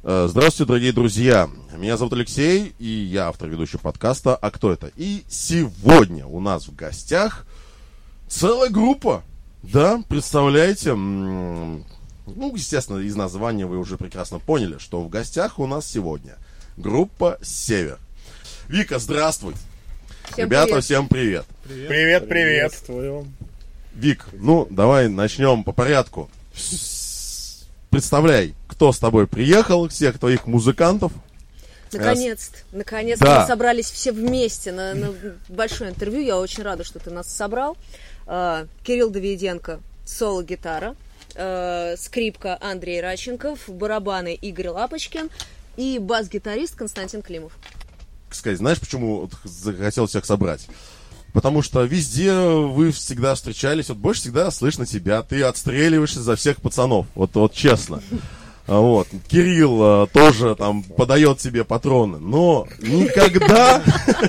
Здравствуйте, дорогие друзья. Меня зовут Алексей, и я автор ведущего подкаста «А кто это?». И сегодня у нас в гостях целая группа. Да, представляете, естественно, из названия вы уже прекрасно поняли, что в гостях у нас сегодня группа «Север». Вика, здравствуй. Всем Ребята, привет. всем привет. Привет. Приветствую. Вик, давай начнем по порядку. Представляй, кто с тобой приехал, всех твоих музыкантов. Наконец-то Да. мы собрались все вместе на большое интервью. Я очень рада, что ты нас собрал. Кирилл Давиденко, соло-гитара, скрипка Андрей Раченков, барабаны Игорь Лапочкин и бас-гитарист Константин Климов. Сказать, знаешь, почему захотел всех собрать? Потому что везде вы всегда встречались, вот больше всегда слышно тебя, ты отстреливаешься за всех пацанов, вот честно. Вот. Кирилл тоже там подает себе патроны, но никогда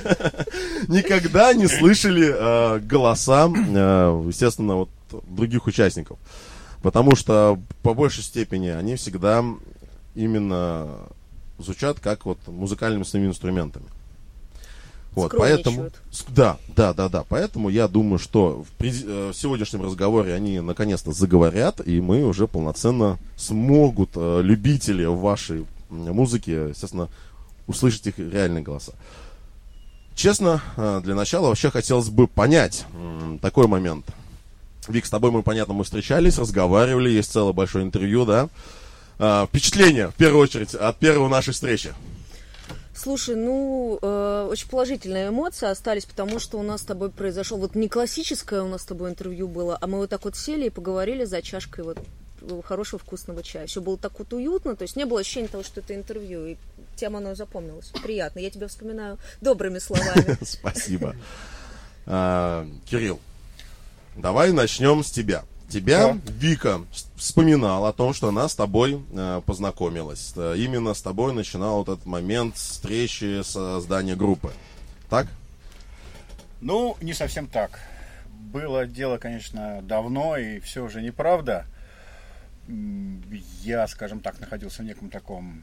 не слышали голоса, естественно, вот других участников. Потому что по большей степени они всегда именно звучат как вот музыкальными своими инструментами. Вот, поэтому, да. Поэтому я думаю, что в сегодняшнем разговоре они наконец-то заговорят, и мы уже полноценно смогут любители вашей музыки, естественно, услышать их реальные голоса. Честно, для начала вообще хотелось бы понять такой момент. Вик, с тобой мы встречались, разговаривали, есть целое большое интервью, да? Впечатление, в первую очередь, от первой нашей встречи. Слушай, очень положительные эмоции остались, потому что у нас с тобой произошло, вот не классическое у нас с тобой интервью было, а мы вот так вот сели и поговорили за чашкой вот хорошего вкусного чая. Все было так вот уютно, то есть не было ощущения того, что это интервью, и тем оно запомнилось. Приятно, я тебя вспоминаю добрыми словами. Спасибо. Кирилл, давай начнем с тебя. Вика вспоминала о том, что она с тобой познакомилась. Именно с тобой начинал вот этот момент встречи, создания группы. Так? Не совсем так. Было дело, конечно, давно, и все уже неправда. Я, скажем так, находился в неком таком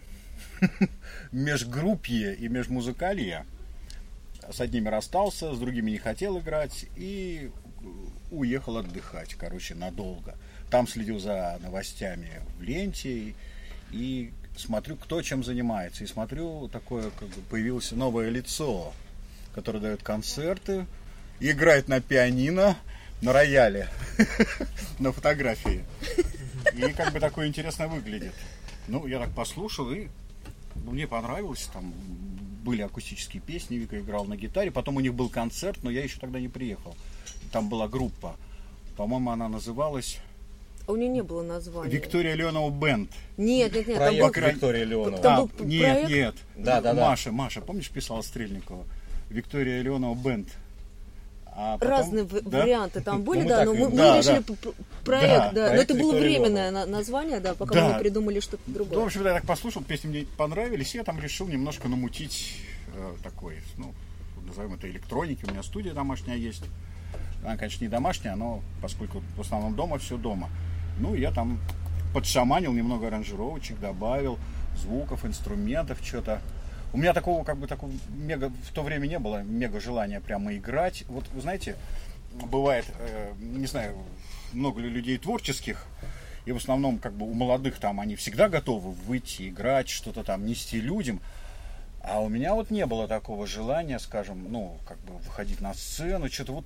межгруппе и межмузыкалье. С одними расстался, с другими не хотел играть, и уехал отдыхать, надолго. Там следил за новостями в ленте и смотрю, кто чем занимается. И смотрю, такое появилось новое лицо, которое дает концерты, играет на пианино, на рояле, на фотографии. И такое интересно выглядит. Я так послушал, и мне понравилось. Там были акустические песни, Вика играл на гитаре. Потом у них был концерт, но я еще тогда не приехал. Там была группа, по-моему, она называлась... А у нее не было названия. Виктория Леонова Бенд. Нет. Проект Виктория Леонова. Нет. Да. Маша, помнишь, писала Стрельникова? Виктория Леонова Бенд. А потом, разные варианты там были, мы решили проект, Да, но это было Виктория временное название, пока мы не придумали что-то другое. В общем, я так послушал, песни мне понравились, и я там решил немножко намутить такой, назовем это электроники. У меня студия домашняя есть. Она, конечно, не домашняя, но поскольку в основном дома, все дома. Я там подшаманил, немного аранжировочек добавил, звуков, инструментов, что-то. У меня такого мега в то время не было, мега желания прямо играть. Вот, вы знаете, бывает, не знаю, много ли людей творческих, и в основном у молодых там они всегда готовы выйти, играть, что-то там нести людям. А у меня вот не было такого желания, скажем, выходить на сцену, что-то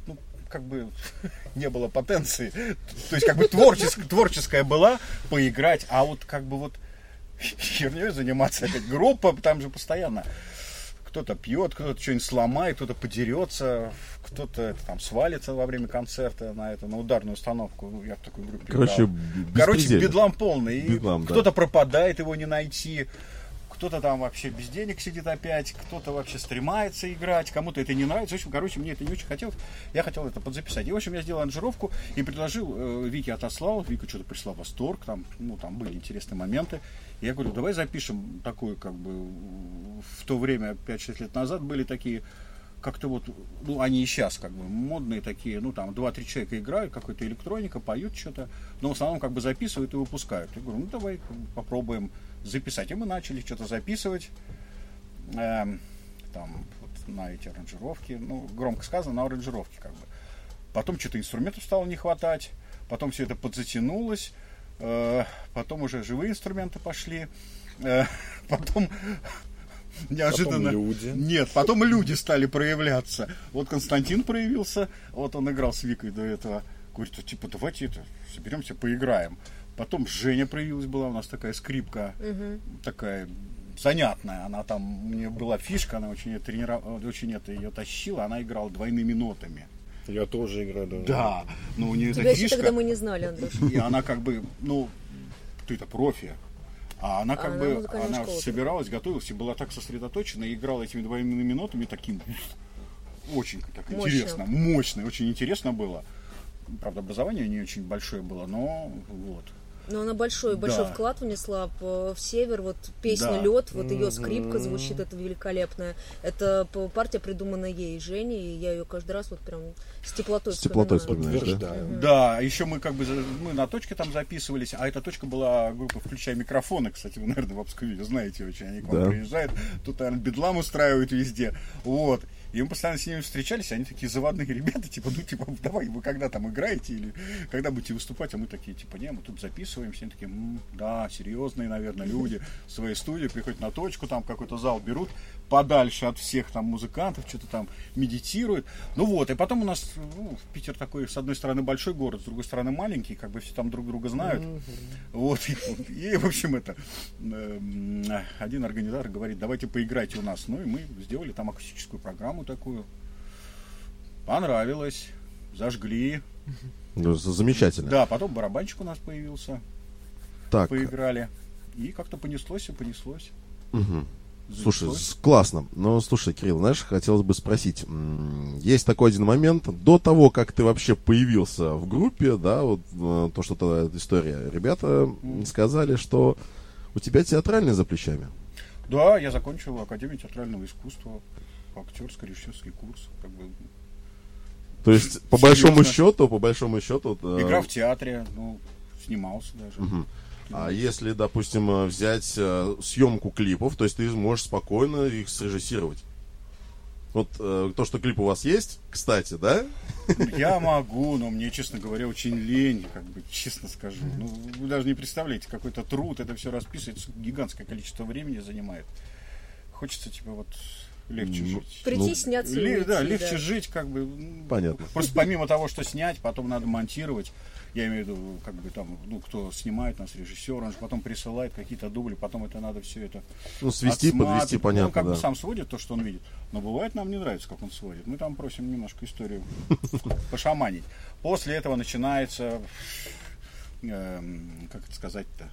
не было потенции. То есть творческая была поиграть, а херней заниматься, опять группа, там же постоянно кто-то пьет, кто-то что-нибудь сломает, кто-то подерется, кто-то там свалится во время концерта на ударную установку. Я в такой группе играл. Бедлам полный. Кто-то пропадает, его не найти. Кто-то там вообще без денег сидит опять, кто-то вообще стремается играть, кому-то это не нравится. В общем, мне это не очень хотелось. Я хотел это подзаписать. И, в общем, я сделал аранжировку и предложил, Вике отослал. Вика что-то пришла в восторг, там были интересные моменты. И я говорю, давай запишем такую, в то время, 5-6 лет назад, были такие как-то вот, ну, они и сейчас как бы модные такие, ну, там, 2-3 человека играют, какой-то электроника, поют что-то, но в основном как бы записывают и выпускают. Я говорю, ну, давай попробуем записать. И мы начали что-то записывать, там, вот на эти аранжировки, ну, громко сказано, на аранжировки как бы. Потом что-то инструментов стало не хватать, потом все это подзатянулось, потом уже живые инструменты пошли, потом... Неожиданно. Потом люди. Нет, потом люди стали проявляться. Вот Константин проявился, вот он играл с Викой до этого. Говорит, типа, давайте это, соберемся, поиграем. Потом Женя проявилась, была у нас такая скрипка, такая занятная. Она там, у нее была фишка, она очень ее тащила, она играла двойными нотами. Я тоже играю. Да, но у нее тебя эта фишка. Тогда мы не знали, Андрюш. И она как бы, ну, ты-то профи. А она как бы, она собиралась, готовилась и была так сосредоточена и играла этими двойными нотами таким, очень так интересно, мощно, очень интересно было. Правда, образование не очень большое было, но вот. Но она большой вклад внесла в Север, вот песня «Лед», вот ее скрипка звучит, это великолепная. Это партия, придуманная ей, Женей, и я ее каждый раз вот прям с теплотой вспоминаешь, да? Да, еще мы как бы, мы на точке там записывались, а эта точка была группа «Включай микрофоны», кстати, вы, наверное, в Обскове знаете очень, они к вам приезжают, тут, наверное, бедлам устраивают везде, вот. И мы постоянно с ними встречались, они такие заводные ребята, типа, ну, типа, давай, вы когда там играете или когда будете выступать, а мы такие, типа, не, мы тут записываемся, они такие, да, серьезные, наверное, люди в своей студии, приходят на точку, там какой-то зал берут, подальше от всех там музыкантов, что-то там медитируют, ну вот, и потом у нас, ну, Питер такой, с одной стороны, большой город, с другой стороны, маленький, как бы все там друг друга знают, вот, и, в общем, это, один организатор говорит, давайте поиграйте у нас, ну, и мы сделали там акустическую программу такую. Понравилось. Зажгли. Ну, замечательно. Да, потом барабанщик у нас появился. Так. Поиграли. И как-то понеслось. Угу. Слушай, классно. Но, слушай, Кирилл, знаешь, хотелось бы спросить. Есть такой один момент. До того, как ты вообще появился в группе, да, вот то, что эта история, ребята сказали, что у тебя театральное за плечами. Да, я закончил Академию театрального искусства. Актерско-режиссерский курс, как бы. То есть, по большому счету. Игра в театре, ну, снимался даже. Угу. А если, допустим, взять съемку клипов, то есть ты можешь спокойно их срежиссировать. Вот то, что клип у вас есть, кстати, да? Я могу, но мне, честно говоря, очень лень, как бы, честно скажу. Ну, вы даже не представляете, какой-то труд, это все расписывать, гигантское количество времени занимает. Хочется, типа, вот... легче жить. Прийти, сняться и уйти, да, легче жить, как бы. Понятно. Просто помимо того, что снять, потом надо монтировать. Я имею в виду, как бы там, ну, кто снимает нас, режиссер, он же потом присылает какие-то дубли, потом это надо все это. Ну, свести, подвести, понятно. Он как бы сам сводит то, что он видит. Но бывает, нам не нравится, как он сводит. Мы там просим немножко историю пошаманить. После этого начинается, как это сказать-то,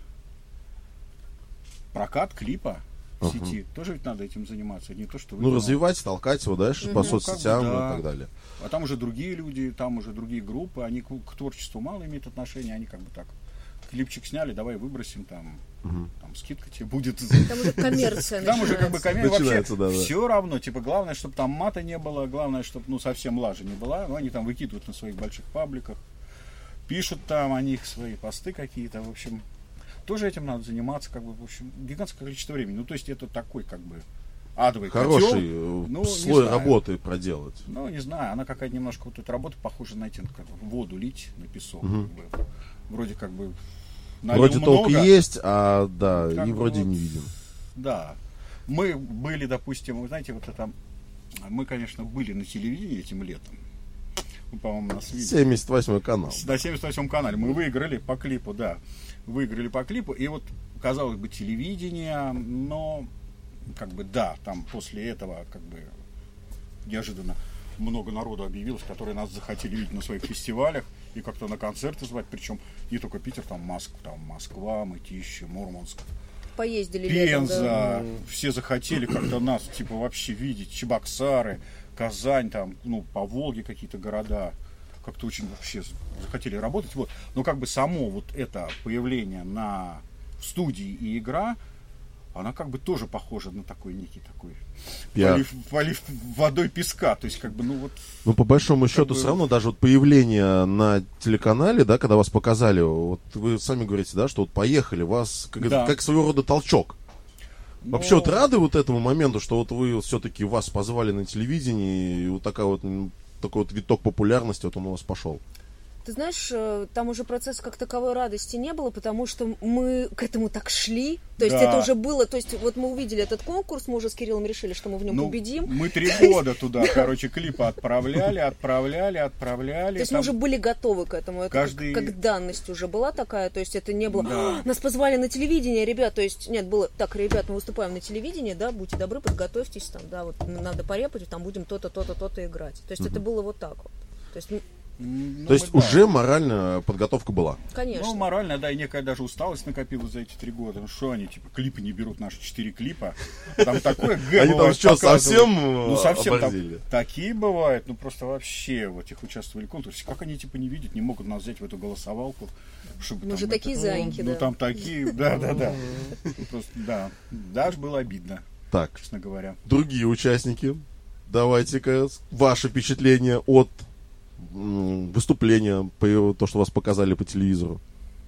прокат клипа в сети. Тоже ведь надо этим заниматься. Не то, что развивать, толкать его дальше по соцсетям и так далее. А там уже другие люди, там уже другие группы, они к творчеству мало имеют отношения, они как бы так. Клипчик сняли, давай выбросим, там скидка тебе будет. Там уже коммерция. Там уже как бы коммерция. Вообще все равно, типа, главное, чтобы там мата не было, главное, чтобы, ну, совсем лажи не была. Ну, они там выкидывают на своих больших пабликах, пишут там о них свои посты какие-то, в общем. Тоже этим надо заниматься, как бы, в общем, гигантское количество времени. Ну, то есть это такой, как бы, адовый хороший слой работы проделать. Ну, не знаю, она какая-то немножко, вот эта работа похожа на как воду лить на песок. Как бы. Вроде как бы вроде толк есть, а да, как и вроде вот, не видим. Да. Мы были, допустим, вы знаете, вот это, мы, конечно, были на телевидении этим летом. Вы, по-моему, нас видели. 78-й канал. На 78-м канале. Мы выиграли по клипу, да. Выиграли по клипу, и вот, казалось бы, телевидение, но, как бы, да, там после этого, как бы, неожиданно много народу объявилось, которые нас захотели видеть на своих фестивалях и как-то на концерты звать, причем не только Питер, там Москва, Мытищи, Мурманск, поездили Пенза, летом, да. Все захотели как-то нас, типа, вообще видеть, Чебоксары, Казань, там, ну, по Волге какие-то города. Как-то очень вообще захотели работать. Вот. Но как бы само вот это появление в студии и игра, она как бы тоже похожа на такой некий такой полив водой песка. То есть, как бы, ну вот... Ну, по большому счету, все равно даже вот появление на телеканале, да, когда вас показали, вот вы сами говорите, да, что вот поехали, вас как своего рода толчок. Вообще вот рады вот этому моменту, что вот вы все-таки вас позвали на телевидении, и вот такой вот виток популярности вот он у вас пошел? Ты знаешь, там уже процесса как таковой радости не было, потому что мы к этому так шли. То есть это уже было, то есть вот мы увидели этот конкурс, мы уже с Кириллом решили, что мы в нем победим. Мы 3 года туда, короче, клипы отправляли. То есть мы уже были готовы к этому, это как данность уже была такая, то есть это не было, нас позвали на телевидение, ребят, то есть нет, было, так, ребят, мы выступаем на телевидении, да, будьте добры, подготовьтесь, там, да, вот надо порепать, там будем то-то, то-то, то-то играть. То есть это было вот так вот. То есть уже морально подготовка была? Конечно. Ну, морально, да, и некая даже усталость накопилась за эти 3 года. Ну, что они, типа, клипы не берут, наши 4 клипа. Там такое г. Они там что, совсем оборзели? Такие бывают, ну, просто вообще в этих участвовали конкурсе. Как они, типа, не видят, не могут нас взять в эту голосовалку? Мы же такие зайки, да. Ну, там такие, да. Просто, да. Даже было обидно, так, честно говоря. Другие участники, давайте-ка ваше впечатление от выступления, то, что вас показали по телевизору.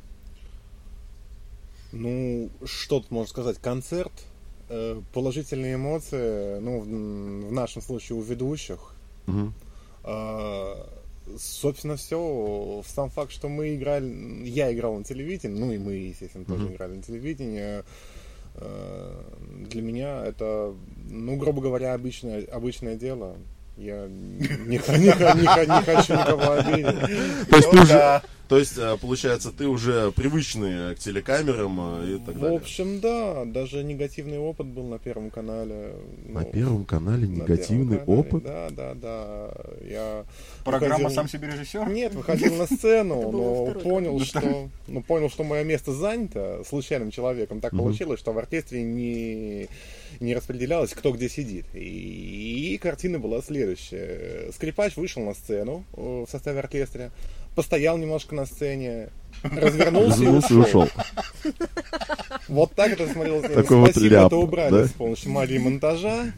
Ну, что тут можно сказать? Концерт, положительные эмоции, ну, в нашем случае у ведущих. Собственно, все. Сам факт, что я играл на телевидении, ну и мы, естественно, тоже играли на телевидении. Для меня это, ну, грубо говоря, обычное дело. Я не хочу никого обидеть. То есть, получается, ты уже привычный к телекамерам и так далее? В общем, да. Даже негативный опыт был на Первом канале. На Первом канале негативный опыт? Да. Программа «Сам себе режиссер»? Нет, выходил на сцену, но понял, что мое место занято случайным человеком. Так получилось, что в оркестре не распределялось, кто где сидит. И картина была следующая. Скрипач вышел на сцену в составе оркестра, постоял немножко на сцене, развернулся и ушел. Вот так это смотрелось. Спасибо, это убрали с помощью магии монтажа.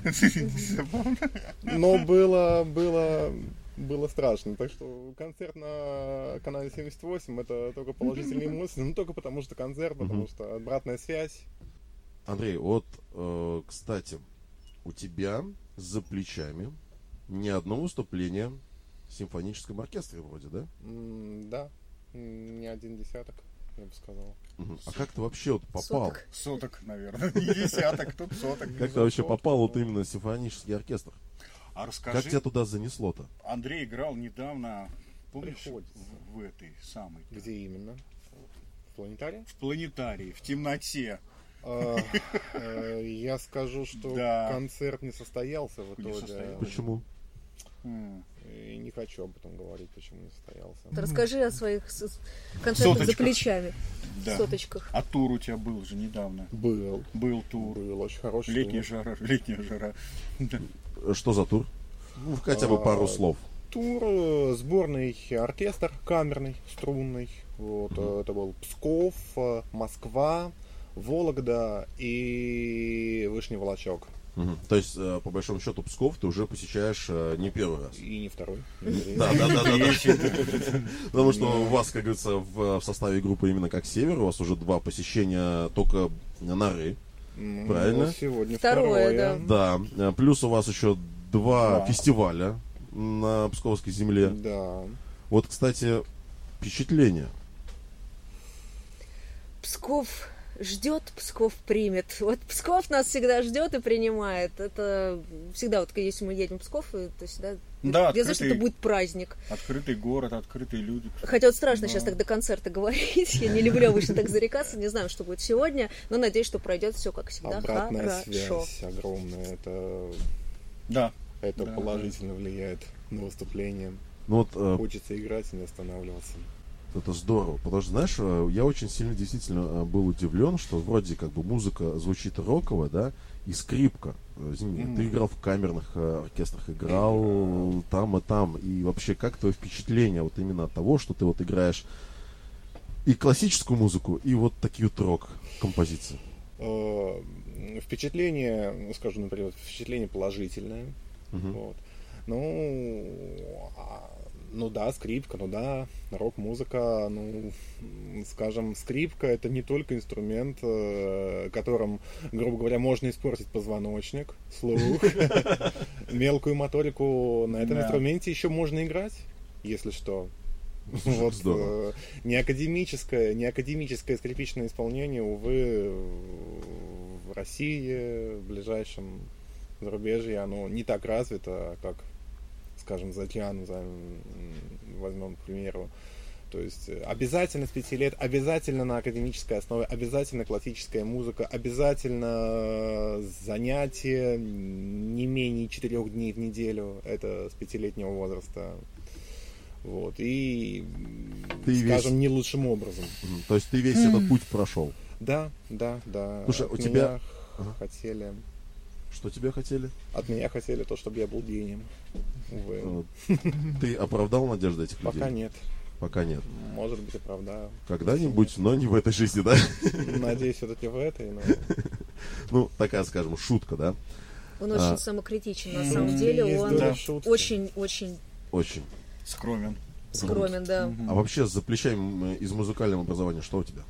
Но было страшно. Так что концерт на канале 78 это только положительные эмоции. Ну, только потому что концерт, потому что обратная связь. Андрей, вот, кстати, у тебя за плечами не одно выступление в симфоническом оркестре вроде, да? Да, не 1 десяток, я бы сказал. А как ты вообще вот попал? Соток, наверное, не десяток, тут соток. Как ты вообще попал вот именно в симфонический оркестр? А расскажи, как тебя туда занесло-то? Андрей играл недавно, помнишь, в этой самой. Где именно? В планетарии? В планетарии, в темноте. Я скажу, что концерт не состоялся в итоге. Почему? И не хочу об этом говорить, почему не состоялся. Расскажи о своих концертах за плечами. Да. Соточках. А тур у тебя был же недавно. Был тур. Был очень хороший. Летняя жара. Что за тур? Ну, хотя бы пару слов. Тур, сборный оркестр, камерный, струнный. Вот, это был Псков, Москва, Вологда и Вышний Волочок. То есть, по большому счету, Псков ты уже посещаешь не первый раз. И не второй. Да. Потому что у вас, как говорится, в составе группы именно как Север, у вас уже 2 посещения только нары. Правильно? Сегодня второе, да. Да. Плюс у вас еще 2 фестиваля на Псковской земле. Да. Вот, кстати, впечатление. Псков ждет, Псков примет. Вот Псков нас всегда ждет и принимает. Это всегда, вот если мы едем в Псков, это всегда везде, что это будет праздник. Открытый город, открытые люди. Хотя вот страшно сейчас так до концерта говорить. Я не люблю обычно так зарекаться. Не знаю, что будет сегодня, но надеюсь, что пройдет все как всегда. Обратная связь огромная. Это положительно влияет на выступление. Хочется играть и не останавливаться. Это здорово, потому что, знаешь, я очень сильно действительно был удивлен, что вроде как бы музыка звучит роковая, да, и скрипка. Ты играл в камерных оркестрах, играл там и там, и вообще как твое впечатление вот именно от того, что ты вот играешь и классическую музыку, и вот такие вот рок-композиции? впечатление, скажу, например, впечатление положительное. Вот. Ну да, скрипка, ну да, рок-музыка, ну, скажем, скрипка — это не только инструмент, которым, грубо говоря, можно испортить позвоночник, слух, мелкую моторику. На этом инструменте еще можно играть, если что. Вот, не академическое скрипичное исполнение, увы, в России, в ближайшем зарубежье, оно не так развито, как, скажем, за океаном возьмем, к примеру. То есть обязательно с 5 лет, обязательно на академической основе, обязательно классическая музыка, обязательно занятия не менее 4 дней в неделю, это с 5-летнего возраста. Вот, и, скажем, не лучшим образом. То есть ты весь этот путь прошел? Да. Слушай, у тебя хотели... Что тебя хотели? От меня хотели то, чтобы я был гением. Увы. Ты оправдал надежды этих людей? Пока нет. Пока нет. Может быть, оправдаю. Когда-нибудь, но не в этой жизни, да? Надеюсь, все-таки в этой, но... Ну, такая, скажем, шутка, да? Он очень самокритичен, на самом деле. Он очень скромен. Скромен, да. А вообще, за плечами из музыкального образования что у тебя?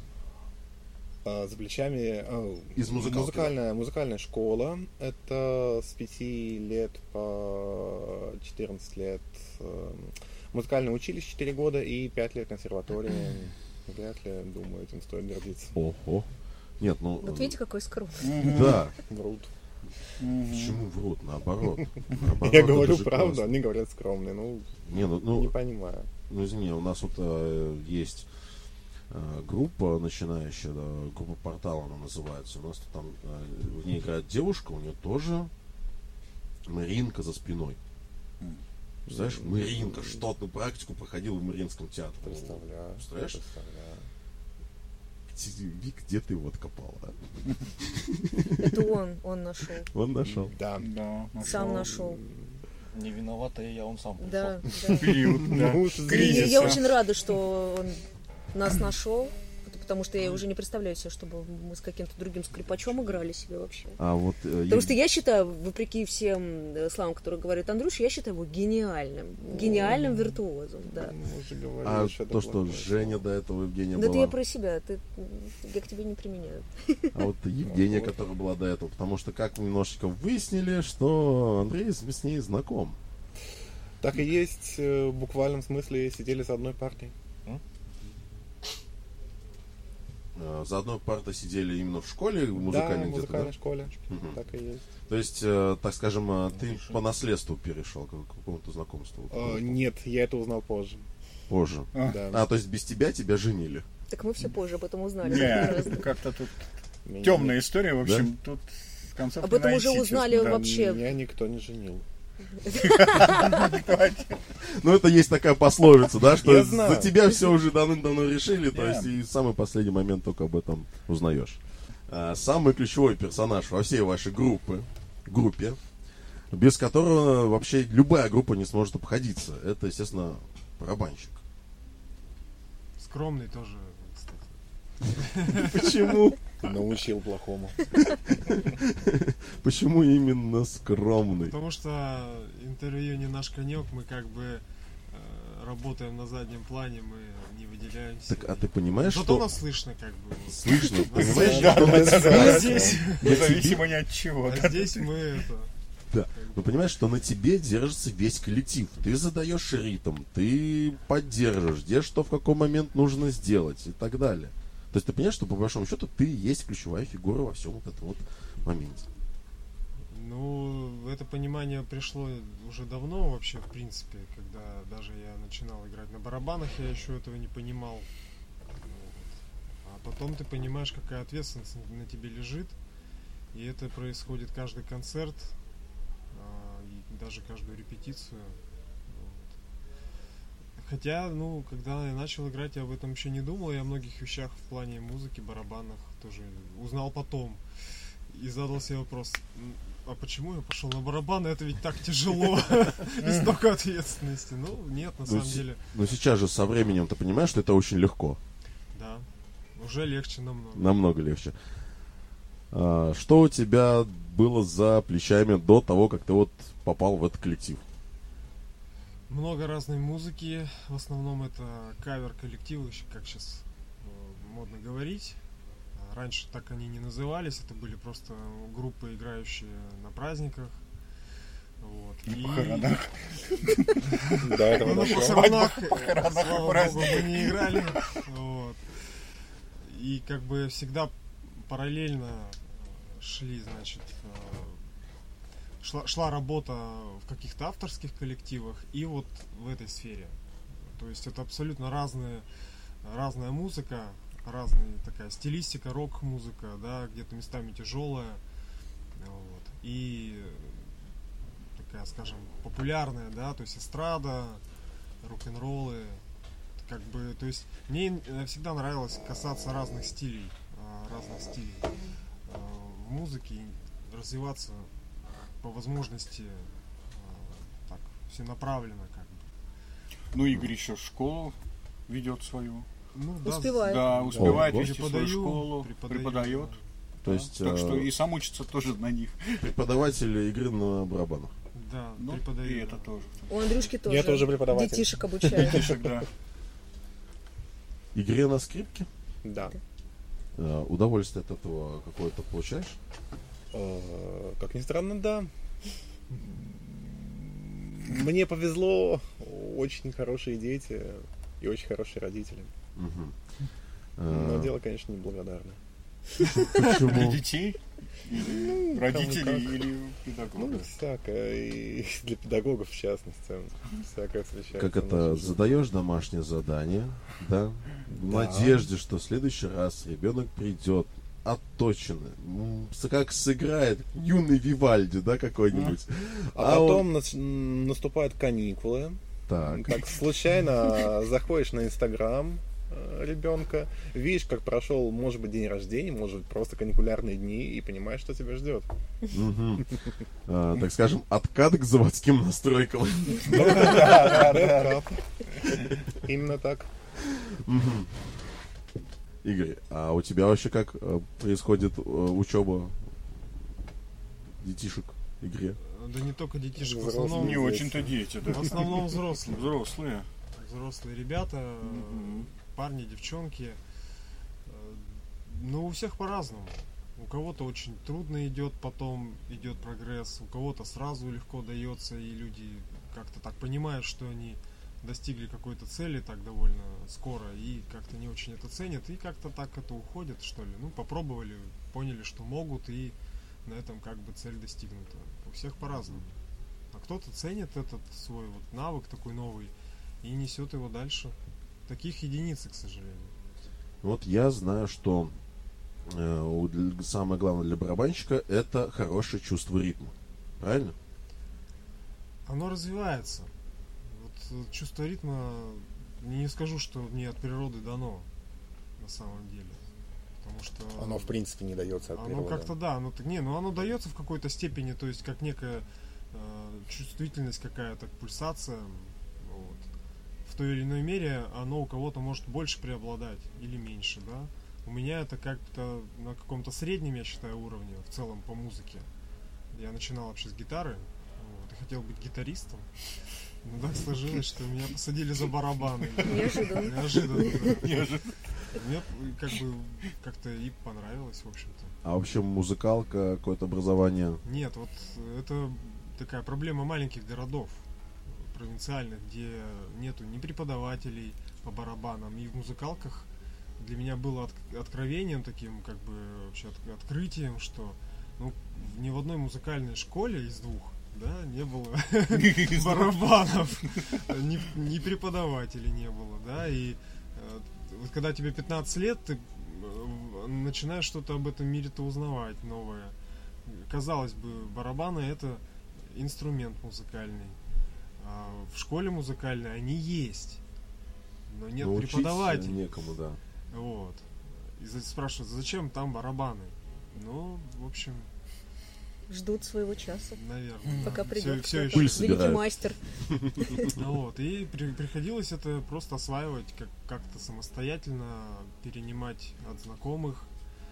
За плечами из музыкальная школа. Это с 5 лет по 14 лет. Музыкальное училище 4 года и 5 лет консерватория. Вряд ли, думаю, этим стоит гордиться. Ого. Нет, ну... Вот видите, какой скромный. Да. Врут. Почему врут? Наоборот. Я говорю правду, они говорят скромные. Ну, не понимаю. Ну, извини, у нас вот есть группа начинающая, да, группа «Портал» она называется. У нас там в ней играет девушка, у нее тоже Маринка за спиной. Знаешь, Маринка, что-то практику проходил в Мариинском театре. Представляю. Представляешь? Вик, где ты его откопал, а? Это он нашел. Он нашел. Да. Сам нашел. Не виноватая я, он сам пришел. Да. Период, да. Я очень рада, что он нас нашел, потому что я уже не представляю себе, чтобы мы с каким-то другим скрипачом играли себе вообще. Потому что я считаю, вопреки всем словам, которые говорит Андрюш, я считаю его гениальным виртуозом, да. А то, что Женя до этого Евгения была... Да это я про себя, я к тебе не применяю. А вот Евгения, которая была до этого, потому что как мы немножечко выяснили, что Андрей с ней знаком. Так и есть, в буквальном смысле сидели за одной партией. За одной партой сидели именно в школе музыкальной? Да, в музыкальной школе. Так и есть. То есть, так скажем, ты по наследству перешел к какому-то знакомству? Нет, я это узнал позже. Позже? Да. То есть без тебя женили? Так мы все позже об этом узнали. Нет, как-то тут темная история, в общем, тут концов об этом уже узнали вообще. Меня никто не женил. Ну, это есть такая пословица, да, что за тебя все уже давным-давно решили, то есть и в самый последний момент только об этом узнаешь. Самый ключевой персонаж во всей вашей группе, без которого вообще любая группа не сможет обходиться, это, естественно, барабанщик. Скромный тоже, кстати. Почему? Научил плохому. Почему именно скромный? Потому что интервью не наш конек, мы как бы работаем на заднем плане, мы не выделяемся. Так, а ты понимаешь, что... Зато нас слышно, как бы. Слышно, понимаешь? Мы здесь. Независимо ни от чего. А здесь мы это... Да. Ну, понимаешь, что на тебе держится весь коллектив. Ты задаешь ритм, ты поддерживаешь, где что в какой момент нужно сделать и так далее. То есть ты понимаешь, что по большому счету ты есть ключевая фигура во всем вот этом вот моменте. Ну, это понимание пришло уже давно вообще, в принципе, когда даже я начинал играть на барабанах, я еще этого не понимал. А потом ты понимаешь, какая ответственность на тебе лежит, и это происходит каждый концерт, и даже каждую репетицию. Хотя, когда я начал играть, я об этом еще не думал. Я о многих вещах в плане музыки, барабанах тоже узнал потом. И задал себе вопрос, а почему я пошел на барабаны? Это ведь так тяжело. И столько ответственности. Нет, на самом деле. Но сейчас же со временем ты понимаешь, что это очень легко. Да, уже легче намного. Намного легче. Что у тебя было за плечами до того, как ты вот попал в этот коллектив? Много разной музыки. В основном это кавер-коллективы, как сейчас модно говорить. Раньше так они не назывались. Это были просто группы, играющие на праздниках. Вот. И похоронах. До этого на дошло. похоронах, Похоронах и слава богу, праздниках. мы не играли. Вот. И как бы всегда параллельно шли, значит, шла работа в каких-то авторских коллективах и вот в этой сфере. То есть это абсолютно разная музыка, разная такая стилистика, рок-музыка, да, где-то местами тяжелая, вот, и такая, скажем, популярная, да, то есть эстрада, рок-н-роллы, как бы, то есть мне всегда нравилось касаться разных стилей в музыке, развиваться по возможности так всенаправленно, как бы. Ну, Игорь еще школу ведет свою. Ну, Успевает. Да, успевает О, вести свою преподаю, школу, преподает. То есть Так что и сам учится тоже на них. преподаватель игры на барабанах. Да, Ну, преподаю. и это да. тоже. У Андрюшки тоже. Я тоже преподаватель. Детишек обучаю. Детишек, да. Игре на скрипке? Да. Удовольствие от этого какое-то получаешь? Как ни странно, да. Мне повезло, очень хорошие дети и очень хорошие родители. Но дело, конечно, неблагодарное. Для Почему? детей? Или Ну, родителей, кому как. или Ну, педагогов? всякое. И для педагогов, в частности, всякое встречается. Как это, задаешь домашнее задание, да? В надежде, что в следующий раз ребенок придет отточенный, как сыграет юный Вивальди, да, какой-нибудь. А он- потом наступают каникулы. Так, Так случайно заходишь на Инстаграм ребенка, видишь, как прошел, может быть, день рождения, может быть, просто каникулярные дни, и понимаешь, что тебя ждет. мгм. Так скажем, откат к заводским настройкам. Да. Именно так. Мгм. Игорь, а у тебя вообще как происходит учеба детишек в игре? Да не только детишек, в Взрослые. основном, Не очень-то дети, да. в основном взрослые. Взрослые. Взрослые ребята, парни, девчонки. Ну, у всех по-разному. У кого-то очень трудно идет, потом идет прогресс, у кого-то сразу легко дается, и люди как-то так понимают, что они достигли какой-то цели так довольно скоро, и как-то не очень это ценят, и как-то так это уходит, что ли. Ну, попробовали, поняли, что могут, и на этом как бы цель достигнута. У всех по-разному. А кто-то ценит этот свой вот навык такой новый и несет его дальше. Таких единицы, к сожалению. Вот я знаю, что самое главное для барабанщика это хорошее чувство ритма. Правильно? Оно развивается. Вот чувство ритма, не скажу, что мне от природы дано, на самом деле. Потому что Оно, в принципе, не дается от оно природы. как-то, да, оно дается в какой-то степени, то есть как некая чувствительность какая-то, пульсация. Вот. В той или иной мере оно у кого-то может больше преобладать или меньше, да. У меня это как-то на каком-то среднем, я считаю, уровне в целом по музыке. Я начинал вообще с гитары, вот, и хотел быть гитаристом. Но так сложилось, что меня посадили за барабаны. Неожиданно. Неожиданно, да. Мне как бы как-то и понравилось, в общем-то. А вообще музыкалка, какое-то образование? Нет, вот это такая проблема маленьких городов провинциальных, где нету ни преподавателей по барабанам, и в музыкалках для меня было откровением таким, как бы вообще открытием, что ну, ни в одной музыкальной школе из двух, да, не было барабанов, ни преподавателей не было, да, и вот когда тебе 15 лет, ты начинаешь что-то об этом мире-то узнавать новое. Казалось бы, барабаны это инструмент музыкальный. А в школе музыкальной они есть, но нет Научить преподавателей. некому, да. Вот. И спрашивают, зачем там барабаны? Ну, в общем, Ждут своего часа, наверное. пока придет Всё кто-то. Пыль Великий собирают. мастер. Ну вот, и приходилось это просто осваивать как-то самостоятельно, перенимать от знакомых,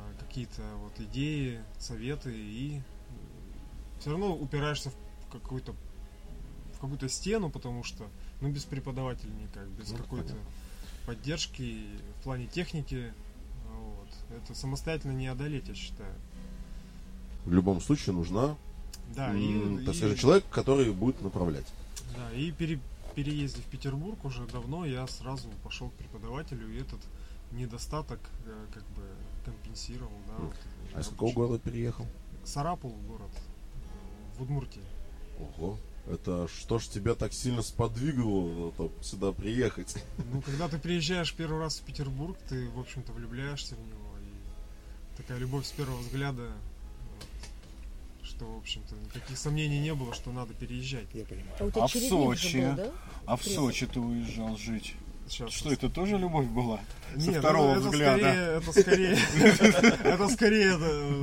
какие-то вот идеи, советы, и все равно упираешься в какую-то стену, потому что, ну, без преподавателя никак, без какой-то поддержки в плане техники, вот, это самостоятельно не одолеть, я считаю. В любом случае нужна, да, так скажем, человек, который будет направлять. Да, и переездив в Петербург уже давно, я сразу пошел к преподавателю, и этот недостаток как бы компенсировал. Да, вот, а из какого города переехал? Сарапул город, в Удмуртии. Ого, это что ж тебя так сильно сподвигло сюда приехать? Ну, когда ты приезжаешь первый раз в Петербург, ты, в общем-то, влюбляешься в него, и такая любовь с первого взгляда, вот, что, в общем-то, никаких сомнений не было, что надо переезжать. Я понимаю. А у тебя чередник же был, да? А в Сочи ты уезжал жить? Сейчас. Что, это тоже любовь была? Нет, со второго взгляда. Это скорее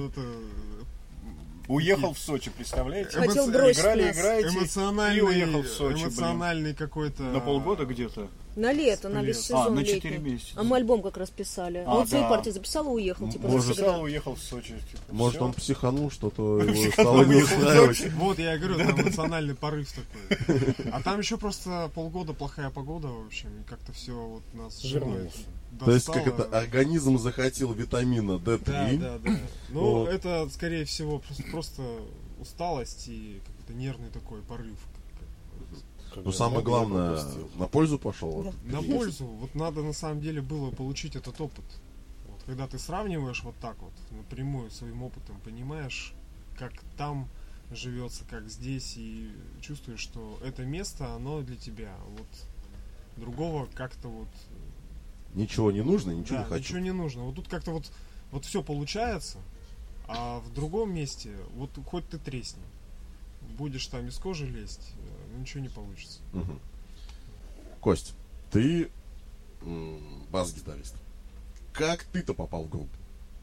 Уехал в Сочи, представляете? Хотел бросить Играли, нас. играете, и уехал в Сочи. Эмоциональный какой-то... На полгода где-то? На лето, на весь сезон на летний. 4 месяца. А мы альбом как раз писали. А вот свои партии записал и уехал. Типа, Записал, уехал в Сочи. Типа, может, всё. он психанул, что-то его стало не устраивать. Вот, я и говорю, там эмоциональный порыв такой. А там еще просто полгода плохая погода, в общем, и как-то все вот нас Вернулся. То есть, как это, организм захотел витамина D3. Да. Ну, это, скорее всего, просто усталость и какой-то нервный такой порыв. Но самое главное, на пользу пошел. Да. На пользу. Вот надо на самом деле было получить этот опыт. Вот, когда ты сравниваешь вот так вот, напрямую своим опытом, понимаешь, как там живется, как здесь, и чувствуешь, что это место, оно для тебя. Вот другого как-то вот... Ничего не нужно, ничего да, не хочу. Ничего не нужно. Вот тут как-то вот все получается, а в другом месте, вот хоть ты тресни. Будешь там из кожи лезть, ничего не получится. Угу. Кость, ты бас-гитарист. Как ты-то попал в группу?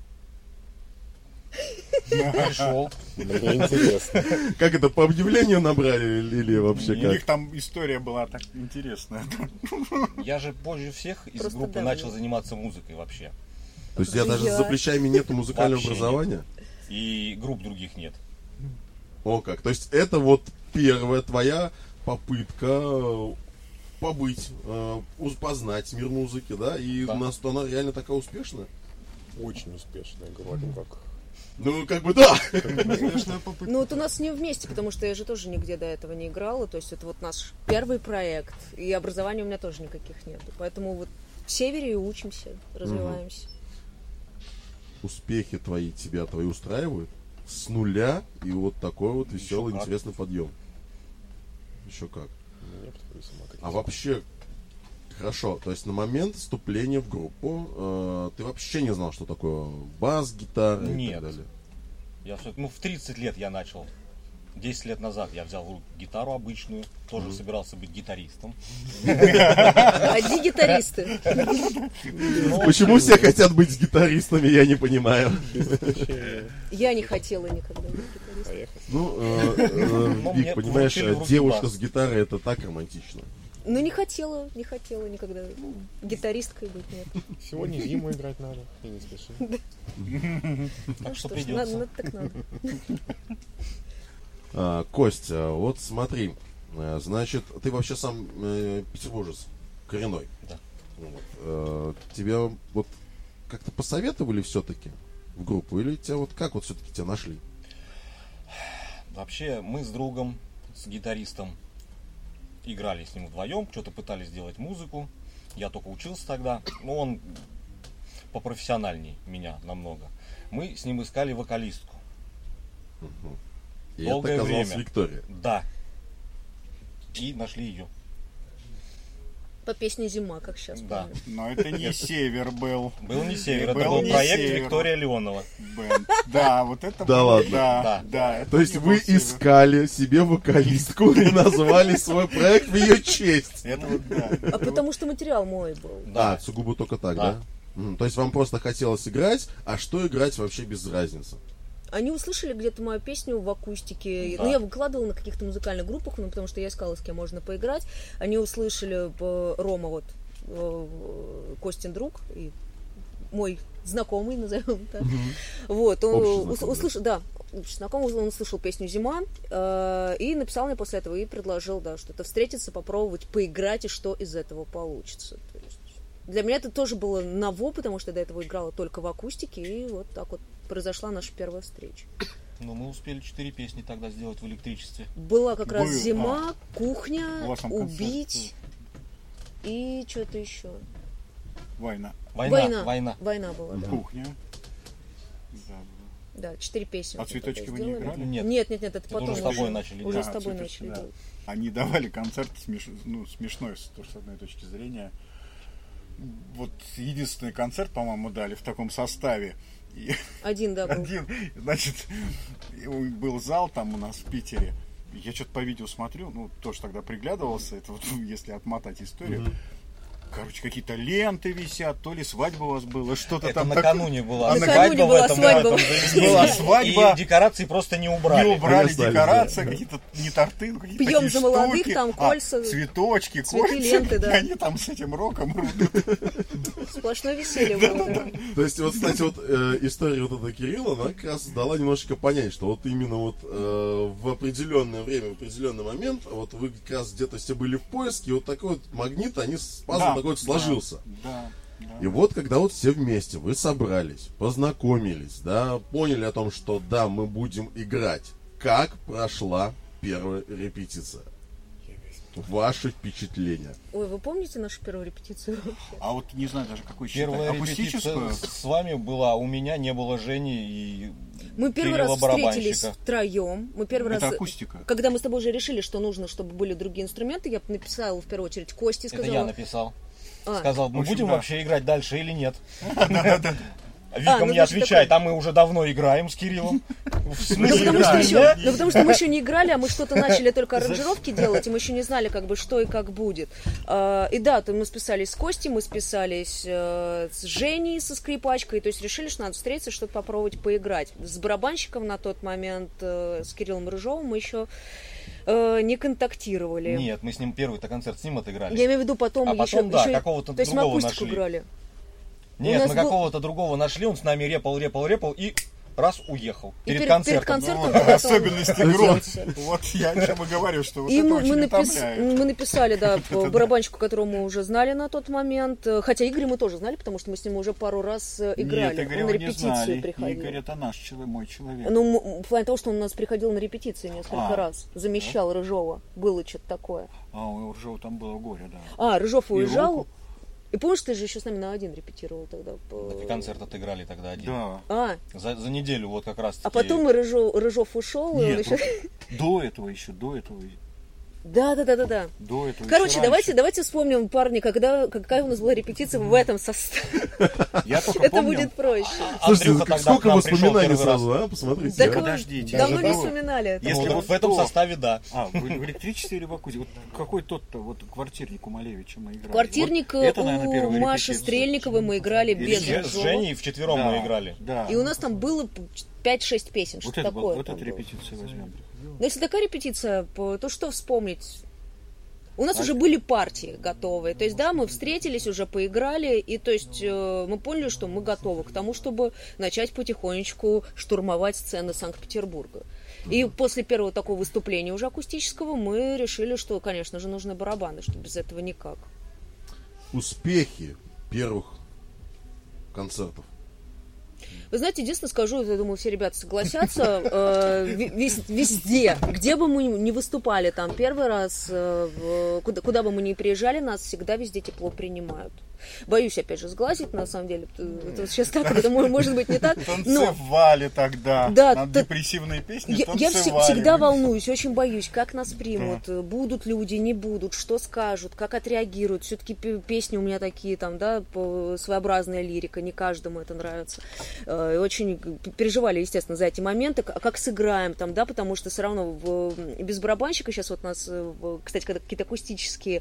Пришел. Мне интересно. Как это, по объявлению набрали или вообще У них как? там история была так интересная. Я же позже всех из Просто группы да, начал вот. заниматься музыкой вообще. То есть у тебя даже за плечами нету музыкального Вообще образования? И групп других нет. О как, то есть это вот первая твоя попытка побыть, познать мир музыки, да? И Да. у нас она реально такая успешная? Очень успешно, говорю, как... Ну, как бы да. Успешная попытка. Ну вот у нас не вместе, потому что я же тоже нигде до этого не играла. То есть это вот наш первый проект. И образования у меня тоже никаких нет. Поэтому вот в Севере и учимся, развиваемся. Успехи тебя устраивают? С нуля и вот такой вот веселый, как. интересный подъем. Еще как. Нет, такой самокритик. А вообще, хорошо, то есть на момент вступления в группу ты вообще не знал, что такое бас, гитара и Нет. так далее? Я в 30 лет я начал. 10 лет назад я взял в руки гитару обычную, тоже собирался быть гитаристом. Одни гитаристы. Почему все хотят быть гитаристами, я не понимаю. Я не хотела никогда быть гитаристом. Поехали. Ну, мне Вик, понимаешь, вручили в руки девушка бас. с гитарой это так романтично. Ну не хотела никогда гитаристкой быть, нет. Сегодня зиму играть надо, и не спеши. Так что Что ж, придется. надо так надо. Костя, вот смотри, значит, ты вообще сам петербуржец, коренной. Да. Вот, тебя вот как-то посоветовали все-таки в группу, или тебя вот как вот все-таки тебя нашли? Вообще мы с другом, с гитаристом, играли с ним вдвоем, что-то пытались сделать музыку. Я только учился тогда, но он попрофессиональней меня намного. Мы с ним искали вокалистку. И Долгое это оказалась время. Виктория. Да. И нашли ее. По песне «Зима», как сейчас Да. помню. Но это не север был. Был не север, это Был был не проект север. Виктория Леонова. Бэнд. Да, вот это Да был- ладно? Да. это То есть не вы был север. искали себе вокалистку и назвали свой проект в ее честь. Это вот да. А потому что материал мой был. Да. Сугубо только так, Да. да? То есть вам просто хотелось играть, а что играть вообще без разницы? Они услышали где-то мою песню в акустике. Да. Ну, я выкладывала на каких-то музыкальных группах, ну, потому что я искала, с кем можно поиграть. Они услышали Рома, вот, Костин друг, и мой знакомый, назовем так. Вот, он услышал, да, знакомый, он услышал песню «Зима» и написал мне после этого и предложил, да, что-то встретиться, попробовать, поиграть, и что из этого получится. То есть для меня это тоже было ново, потому что до этого играла только в акустике, и вот так вот произошла наша первая встреча. Ну, мы успели 4 песни тогда сделать в электричестве. Была как раз «Зима», «Кухня», «Убить» и что-то еще. Война была, да. «Кухня». Да, 4 песни. А «Цветочки» вы не играли? Нет, это потом уже с тобой начали уже с тобой начали делать. Они давали концерт смешной с одной точки зрения. Вот единственный концерт, по-моему, дали в таком составе. Один, да, был. Значит, был зал там у нас в Питере. Я что-то по видео смотрю, тоже тогда приглядывался, это вот, если отмотать историю. Короче, какие-то ленты висят, то ли свадьба у вас была, что-то это там. Накануне была свадьба в этом была свадьба. И декорации просто не убрали. Не убрали декорации, какие-то не торты, какие-то пьем такие за молодых, штуки, там кольца, цветочки, цветы, кольца, ленты, да. И они там с этим роком рубят. Сплошное веселье было, да. То есть, вот, кстати, вот история вот эта Кирилла, она как раз дала немножко понять, что вот именно вот в определенное время, в определенный момент, вот вы как раз где-то все были в поиске, и вот такой вот магнит, пазл такой вот сложился. Да. И вот когда вот все вместе, вы собрались, познакомились, да, поняли о том, что да, мы будем играть. Как прошла первая репетиция? Ваши впечатления? Ой, вы помните нашу первую репетицию? А вот не знаю даже какой считать. Первая Акустическую? репетиция с вами была, у меня не было Жени и мы первый раз барабанщика. встретились втроем. Мы первый Это раз, акустика. когда мы с тобой уже решили, что нужно, чтобы были другие инструменты, я написала в первую очередь Косте, сказала. Это я написал. Сказал, мы будем вообще играть дальше или нет? Вика мне отвечает, а мы уже давно играем с Кириллом. Потому что мы еще не играли, а мы что-то начали только аранжировки делать, и мы еще не знали, как бы, что и как будет. И да, то мы списались с Костей, мы списались с Женей, со скрипачкой, то есть решили, что надо встретиться, что-то попробовать поиграть. С барабанщиком на тот момент, с Кириллом Рыжовым, мы еще не контактировали. Нет, мы с ним первый-то концерт с ним отыграли. Я имею в виду потом еще... Да, какого-то то есть мы другого акустику нашли. играли. Нет, мы какого-то другого нашли, он с нами репал и раз уехал. Перед концертом. Особенности группы. Вот я о чем и говорю, что вот это очень утомляет. Мы написали, да, барабанщику, которого мы уже знали на тот момент. Хотя Игоря мы тоже знали, потому что мы с ним уже пару раз играли. Нет, Игоря он на мы не репетицию знали. приходил. Игорь это мой человек. Ну, в плане того, что он у нас приходил на репетиции несколько раз. Замещал Рыжова. Было что-то такое. У Рыжова там было горе, да. Рыжов уезжал. И помнишь, ты же еще с нами на один репетировал тогда? Так и концерт отыграли тогда один. Да. За неделю вот как раз таки. А потом Рыжов ушел. Нет, и он еще... до этого. Да. До этого. Короче, давайте вспомним, парни, какая у нас была репетиция в этом составе. Я только Это помню. будет проще. Слушайте, сколько воспоминаний сразу, а? Посмотрите. Так подождите. Давно не вспоминали это. Если вот в этом составе, да. В электричестве или в акустике? Вот какой тот-то вот квартирник у Малевича мы играли? Квартирник вот это, наверное, у первая Маши репетиция. Стрельниковой мы играли без С Рыжова. Женей вчетвером мы играли. Да. И у нас там было 5-6 песен, Вот что это такое. вот эту репетицию возьмем. Но если такая репетиция, то что вспомнить? У нас уже были партии готовые. То есть, да, мы встретились, уже поиграли, и то есть мы поняли, что мы готовы к тому, чтобы начать потихонечку штурмовать сцены Санкт-Петербурга. И после первого такого выступления уже акустического мы решили, что, конечно же, нужны барабаны, что без этого никак. Успехи первых концертов. Вы знаете, единственное скажу, я думаю, все ребята согласятся, везде, где бы мы ни выступали, там первый раз, куда бы мы ни приезжали, нас всегда везде тепло принимают. Боюсь, опять же, сглазить, на самом деле. Это сейчас так, это может быть не так. Танцевали тогда. Да, на депрессивные песни танцевали. Я всегда волнуюсь, очень боюсь, как нас примут, будут люди, не будут, что скажут, как отреагируют. Все-таки песни у меня такие, там, да, своеобразная лирика, не каждому это нравится. Очень переживали, естественно, за эти моменты, как сыграем там, да, потому что все равно без барабанщика сейчас вот у нас, кстати, когда какие-то акустические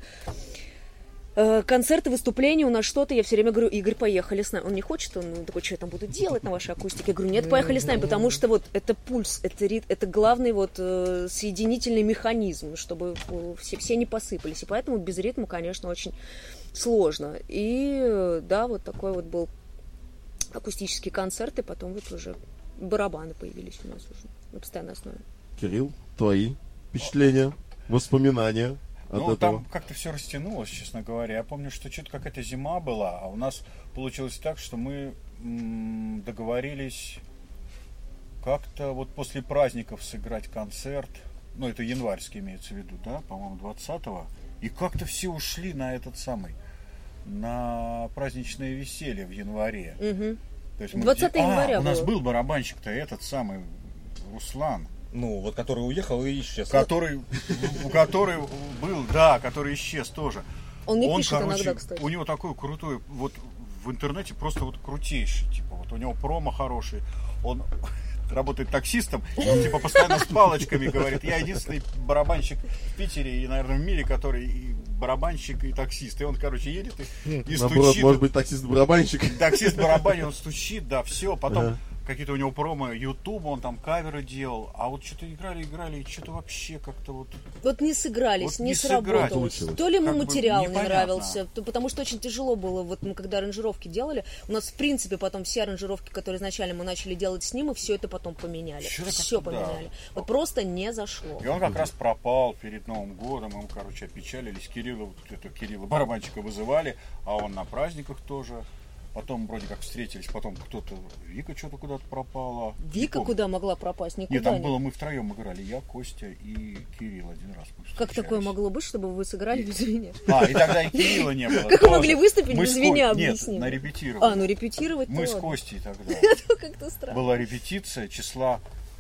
концерты, выступления, у нас что-то, я все время говорю: Игорь, поехали с нами. Он не хочет, он такой: что я там буду делать на вашей акустике? Я говорю: нет, поехали с нами, потому что вот это пульс, это ритм, это главный вот соединительный механизм, чтобы все не посыпались. И поэтому без ритма, конечно, очень сложно. И да, вот такой вот был акустические концерты, потом вот уже барабаны появились у нас уже на постоянной основе. Кирилл, твои впечатления, воспоминания от этого? Там как-то все растянулось, честно говоря. Я помню, что что-то какая-то зима была, а у нас получилось так, что мы договорились как-то вот после праздников сыграть концерт. Ну, это январьский имеется в виду, да, по-моему, 20-го. И как-то все ушли на на праздничное веселье в январе. Угу. То есть 20 января у нас был барабанщик-то этот самый Руслан. Ну, вот который уехал и исчез. Который был, который исчез тоже. Он не пишет иногда, кстати. У него такой крутой, вот в интернете просто вот крутейший, типа, вот у него промо хороший. Он работает таксистом, он типа постоянно с палочками говорит. Я единственный барабанщик в Питере и, наверное, в мире, который и барабанщик, и таксист. И он, короче, едет и наоборот, стучит. Может быть, таксист-барабанщик. Таксист-барабанщик, он стучит, да, все. Потом какие-то у него промо Ютуба, он там каверы делал. А вот что-то играли, и что-то вообще как-то вот... Вот не сыгрались, не сработалось. То ли ему материал не нравился, потому что очень тяжело было, вот мы когда аранжировки делали, у нас в принципе потом все аранжировки, которые изначально мы начали делать с ним, и все это потом поменяли. Все поменяли. Вот просто не зашло. И он как раз пропал перед Новым годом, мы, короче, опечалились. Кирилла барабанщика вызывали, а он на праздниках тоже. Потом вроде как встретились, потом кто-то, Вика что-то куда-то пропала. Вика куда могла пропасть? Никуда. Нет, там было, мы втроем играли, я, Костя и Кирилл один раз. Как такое могло быть, чтобы вы сыграли без меня? И тогда и Кирилла не было. Как вы могли выступить без меня, объясни? Нет, на репетирование. Репетировать мы с Костей тогда. Это как-то странно. Была репетиция числа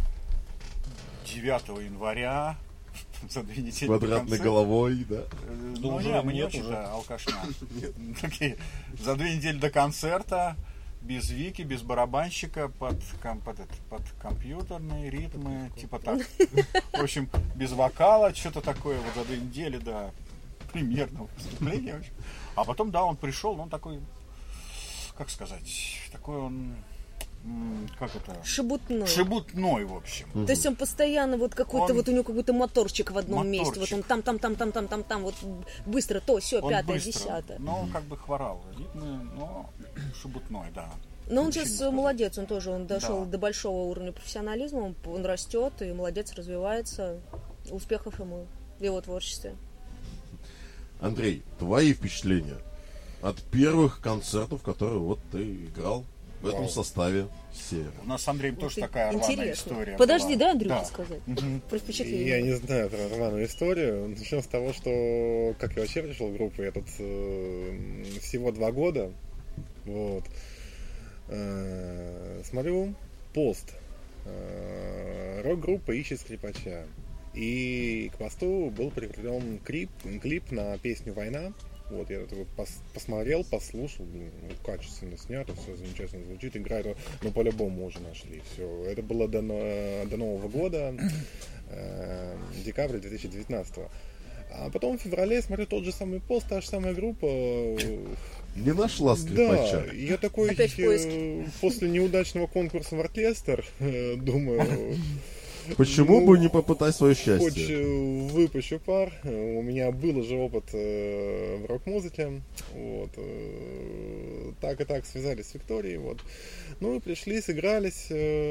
9 января. За 2 недели квадратной головой, да? Ну, мы не очень, да, алкашня. За 2 недели до концерта, без Вики, без барабанщика, под компьютерные ритмы, типа так. В общем, без вокала, что-то такое вот за 2 недели до премьерного выступления. А потом, да, он пришел, он такой, как сказать, такой он... Как это? Шебутной, в общем. То есть он постоянно вот какой-то, вот у него какой-то моторчик в одном месте. Вот он там, вот быстро, то, все, 5-е, 10-е. Ну, как бы хворал ритмы, но шебутной, да. Но он сейчас молодец, он дошел до большого уровня профессионализма, он растет, и молодец, развивается. Успехов ему в его творчестве. Андрей, твои впечатления от первых концертов, в которые вот ты играл? В этом составе Севера. У нас с Андреем тоже такая рваная история. Подожди, дай Андрюхе сказать. Про впечатление. Я не знаю про рваную историю. Начнем с того, что как я вообще пришел в группу, я тут всего 2 года. Вот. Смотрю пост. Рок-группа ищет скрипача. И к посту был прикреплен клип на песню «Война». Вот, я это вот посмотрел, послушал, качественно снято, все замечательно звучит, играет, но по-любому уже нашли. Все, это было до Нового года, декабря 2019. А потом в феврале смотрю тот же самый пост, та же самая группа. Не нашла скрипача. Да, я такой после неудачного конкурса в оркестр думаю... Почему бы не попытать свое счастье? Хоть выпущу пар. У меня был уже опыт в рок-музыке. Вот. Так и так связались с Викторией. Вот. Ну и пришли, сыгрались.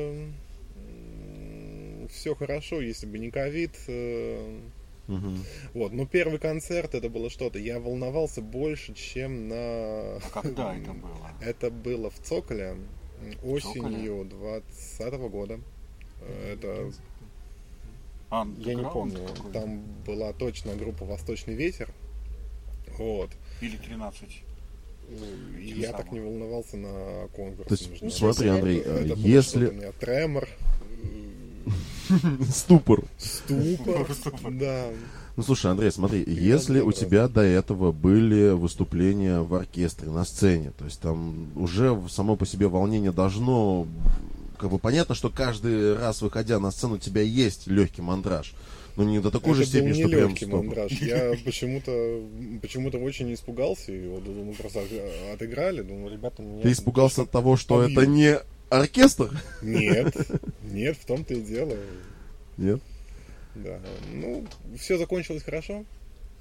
Все хорошо, если бы не ковид. Вот. Но первый концерт это было что-то. Я волновался больше, чем на... Когда это было? Это было в Цоколе осенью 2020 года. Это... я не помню. Там была точно группа «Восточный ветер». Вот. Или 13. Я так не волновался на конкурс. То есть, смотри, Андрей, это если... У меня тремор. Ступор. Да. Ну, слушай, Андрей, смотри, если у тебя до этого были выступления в оркестре, на сцене, то есть там уже само по себе волнение должно... Как бы понятно, что каждый раз, выходя на сцену, у тебя есть легкий мандраж. Но не до такой же степени, что прям легкий мандраж. Я почему-то очень испугался. И вот, мы просто отыграли. Думаю, ребята, ты испугался от того, что это не оркестр? Нет, в том-то и дело. Нет? Да. Ну, все закончилось хорошо.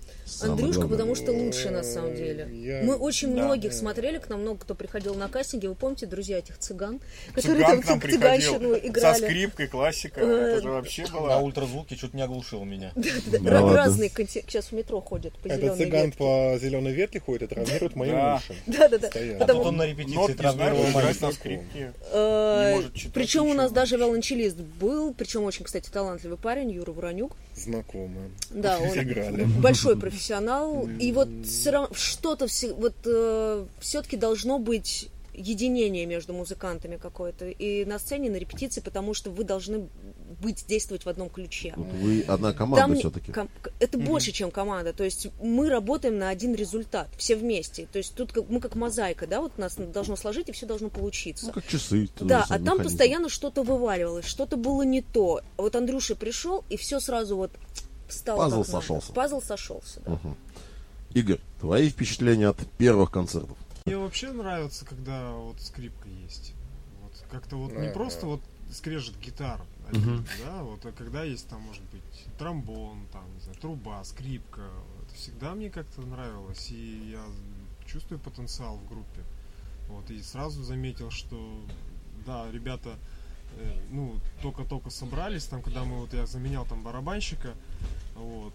Андрюшка, потому что лучше на самом деле. Мы очень многих смотрели, к нам много кто приходил на кастинги. Вы помните, друзья, этих цыган, которые там цыганщину играли? Со скрипкой, классика. Это же вообще было. На ультразвуке чуть не оглушил меня. Разные сейчас в метро ходят по зеленой ветке. Этот цыган по зеленой ветке ходит и травмирует мои уши. Да. А тут он на репетиции травмировал мои на скрипке. Причем у нас даже виолончелист был, причем очень, кстати, талантливый парень, Юра Воронюк. Знакомые. Да, он играли. Большой профессионал. И вот что-то все-таки должно быть единение между музыкантами какое-то. И на сцене, на репетиции, потому что вы должны действовать в одном ключе. Вот вы одна команда все-таки. Это больше, чем команда. То есть мы работаем на один результат, все вместе. То есть тут мы как мозаика, да, вот нас должно сложить, и все должно получиться. Ну, как часы. Да, а там постоянно что-то вываливалось, что-то было не то. Вот Андрюша пришел, и все сразу вот стало. Пазл сошелся. Пазл сошелся, да. Угу. Игорь, твои впечатления от первых концертов? Мне вообще нравится, когда вот скрипка есть. Вот как-то вот не просто вот скрежет гитар, да, вот, а когда есть там, может быть, тромбон, там, не знаю, труба, скрипка, это всегда мне как-то нравилось, и я чувствую потенциал в группе. Вот, и сразу заметил, что, да, ребята, ну, только-только собрались, там, когда я заменял там барабанщика, вот,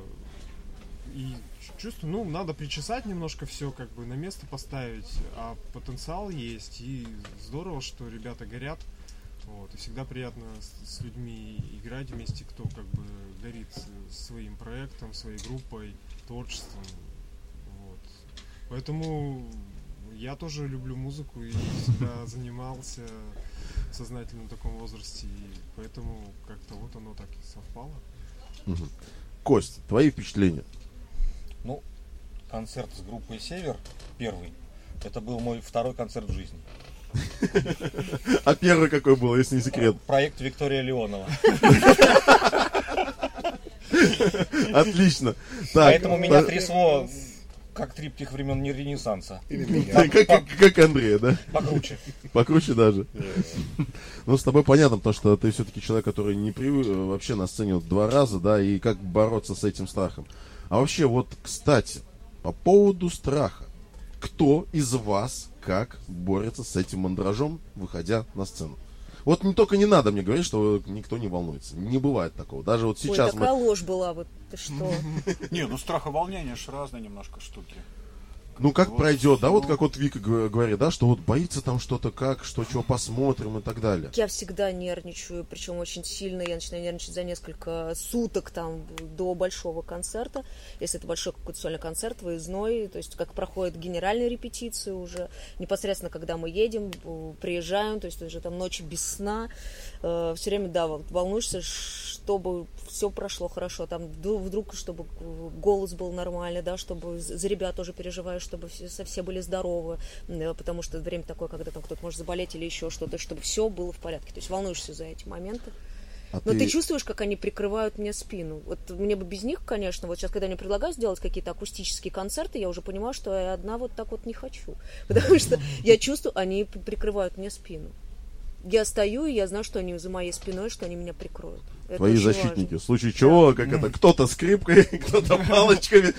и чувствую, ну, надо причесать немножко все, как бы на место поставить, а потенциал есть, и здорово, что ребята горят, вот, и всегда приятно с людьми играть вместе, кто как бы горит своим проектом, своей группой, творчеством, вот. Поэтому я тоже люблю музыку и всегда занимался в сознательном таком возрасте, и поэтому как-то вот оно так и совпало. Кость, твои впечатления? Ну, концерт с группой «Север», первый, это был мой второй концерт в жизни. А первый какой был, если не секрет? Проект Виктория Леонова. Отлично. Поэтому меня трясло, как триптих времен Ренессанса. Как Андрея, да? Покруче. Покруче даже. Ну, с тобой понятно, потому что ты все-таки человек, который не привык вообще на сцене вот 2 раза, да, и как бороться с этим страхом. А вообще, вот, кстати, по поводу страха. Кто из вас как борется с этим мандражом, выходя на сцену? Вот только не надо мне говорить, что никто не волнуется. Не бывает такого. Даже вот сейчас... Ой, такая ложь была, вот ты что? Не, ну страх и волнение же разные немножко штуки. Ну, как пройдет, да, вот как вот Вика говорит, да, что вот боится там что-то, что чего посмотрим и так далее. Я всегда нервничаю, причем очень сильно. Я начинаю нервничать за несколько суток там до большого концерта. Если это большой какой-то сольный концерт, выездной, то есть как проходит генеральная репетиция уже, непосредственно когда мы едем, приезжаем, то есть уже там ночи без сна, все время, да, волнуешься, чтобы все прошло хорошо, там вдруг, чтобы голос был нормальный, да, чтобы за ребят тоже переживаешь, чтобы все были здоровы, потому что время такое, когда там кто-то может заболеть или еще что-то, чтобы все было в порядке. То есть волнуешься за эти моменты. Но ты чувствуешь, как они прикрывают мне спину. Вот мне бы без них, конечно, вот сейчас, когда мне предлагают сделать какие-то акустические концерты, я уже понимаю, что я одна вот так вот не хочу. Потому что я чувствую, они прикрывают мне спину. Я стою, и я знаю, что они за моей спиной, что они меня прикроют. Это твои защитники. Важно. В случае чего, да. Как это, кто-то скрипкой, кто-то палочками.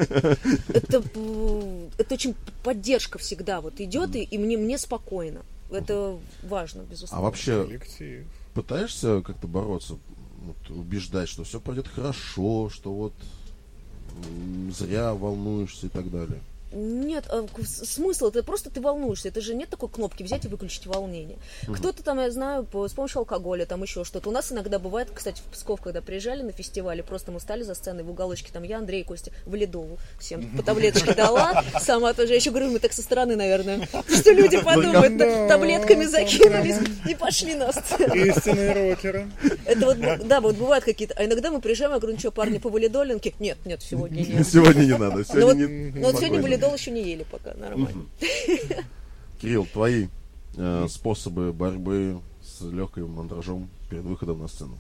Это очень поддержка всегда вот идет, и мне спокойно. Это важно, безусловно. А вообще пытаешься как-то бороться, убеждать, что все пройдет хорошо, что вот зря волнуешься и так далее? Нет, смысл, это просто ты волнуешься, это же нет такой кнопки взять и выключить волнение. Кто-то там, я знаю, с помощью алкоголя, там еще что-то. У нас иногда бывает, кстати, в Псков, когда приезжали на фестивале, просто мы стали за сценой в уголочке, там я, Андрей, Костя, Валидову всем по таблеточке дала, сама тоже, я еще говорю, мы так со стороны, наверное, что люди подумают, таблетками закинулись и пошли на сцену. Истинные рокеры. Это вот, да, вот бывают какие-то, а иногда мы приезжаем, я говорю, ну что, парни, по валидолинке? Нет, сегодня нет. Сегодня не надо, но вот сегодня валидол еще не ели пока, нормально. Кирилл, твои способы борьбы с легким мандражом перед выходом на сцену?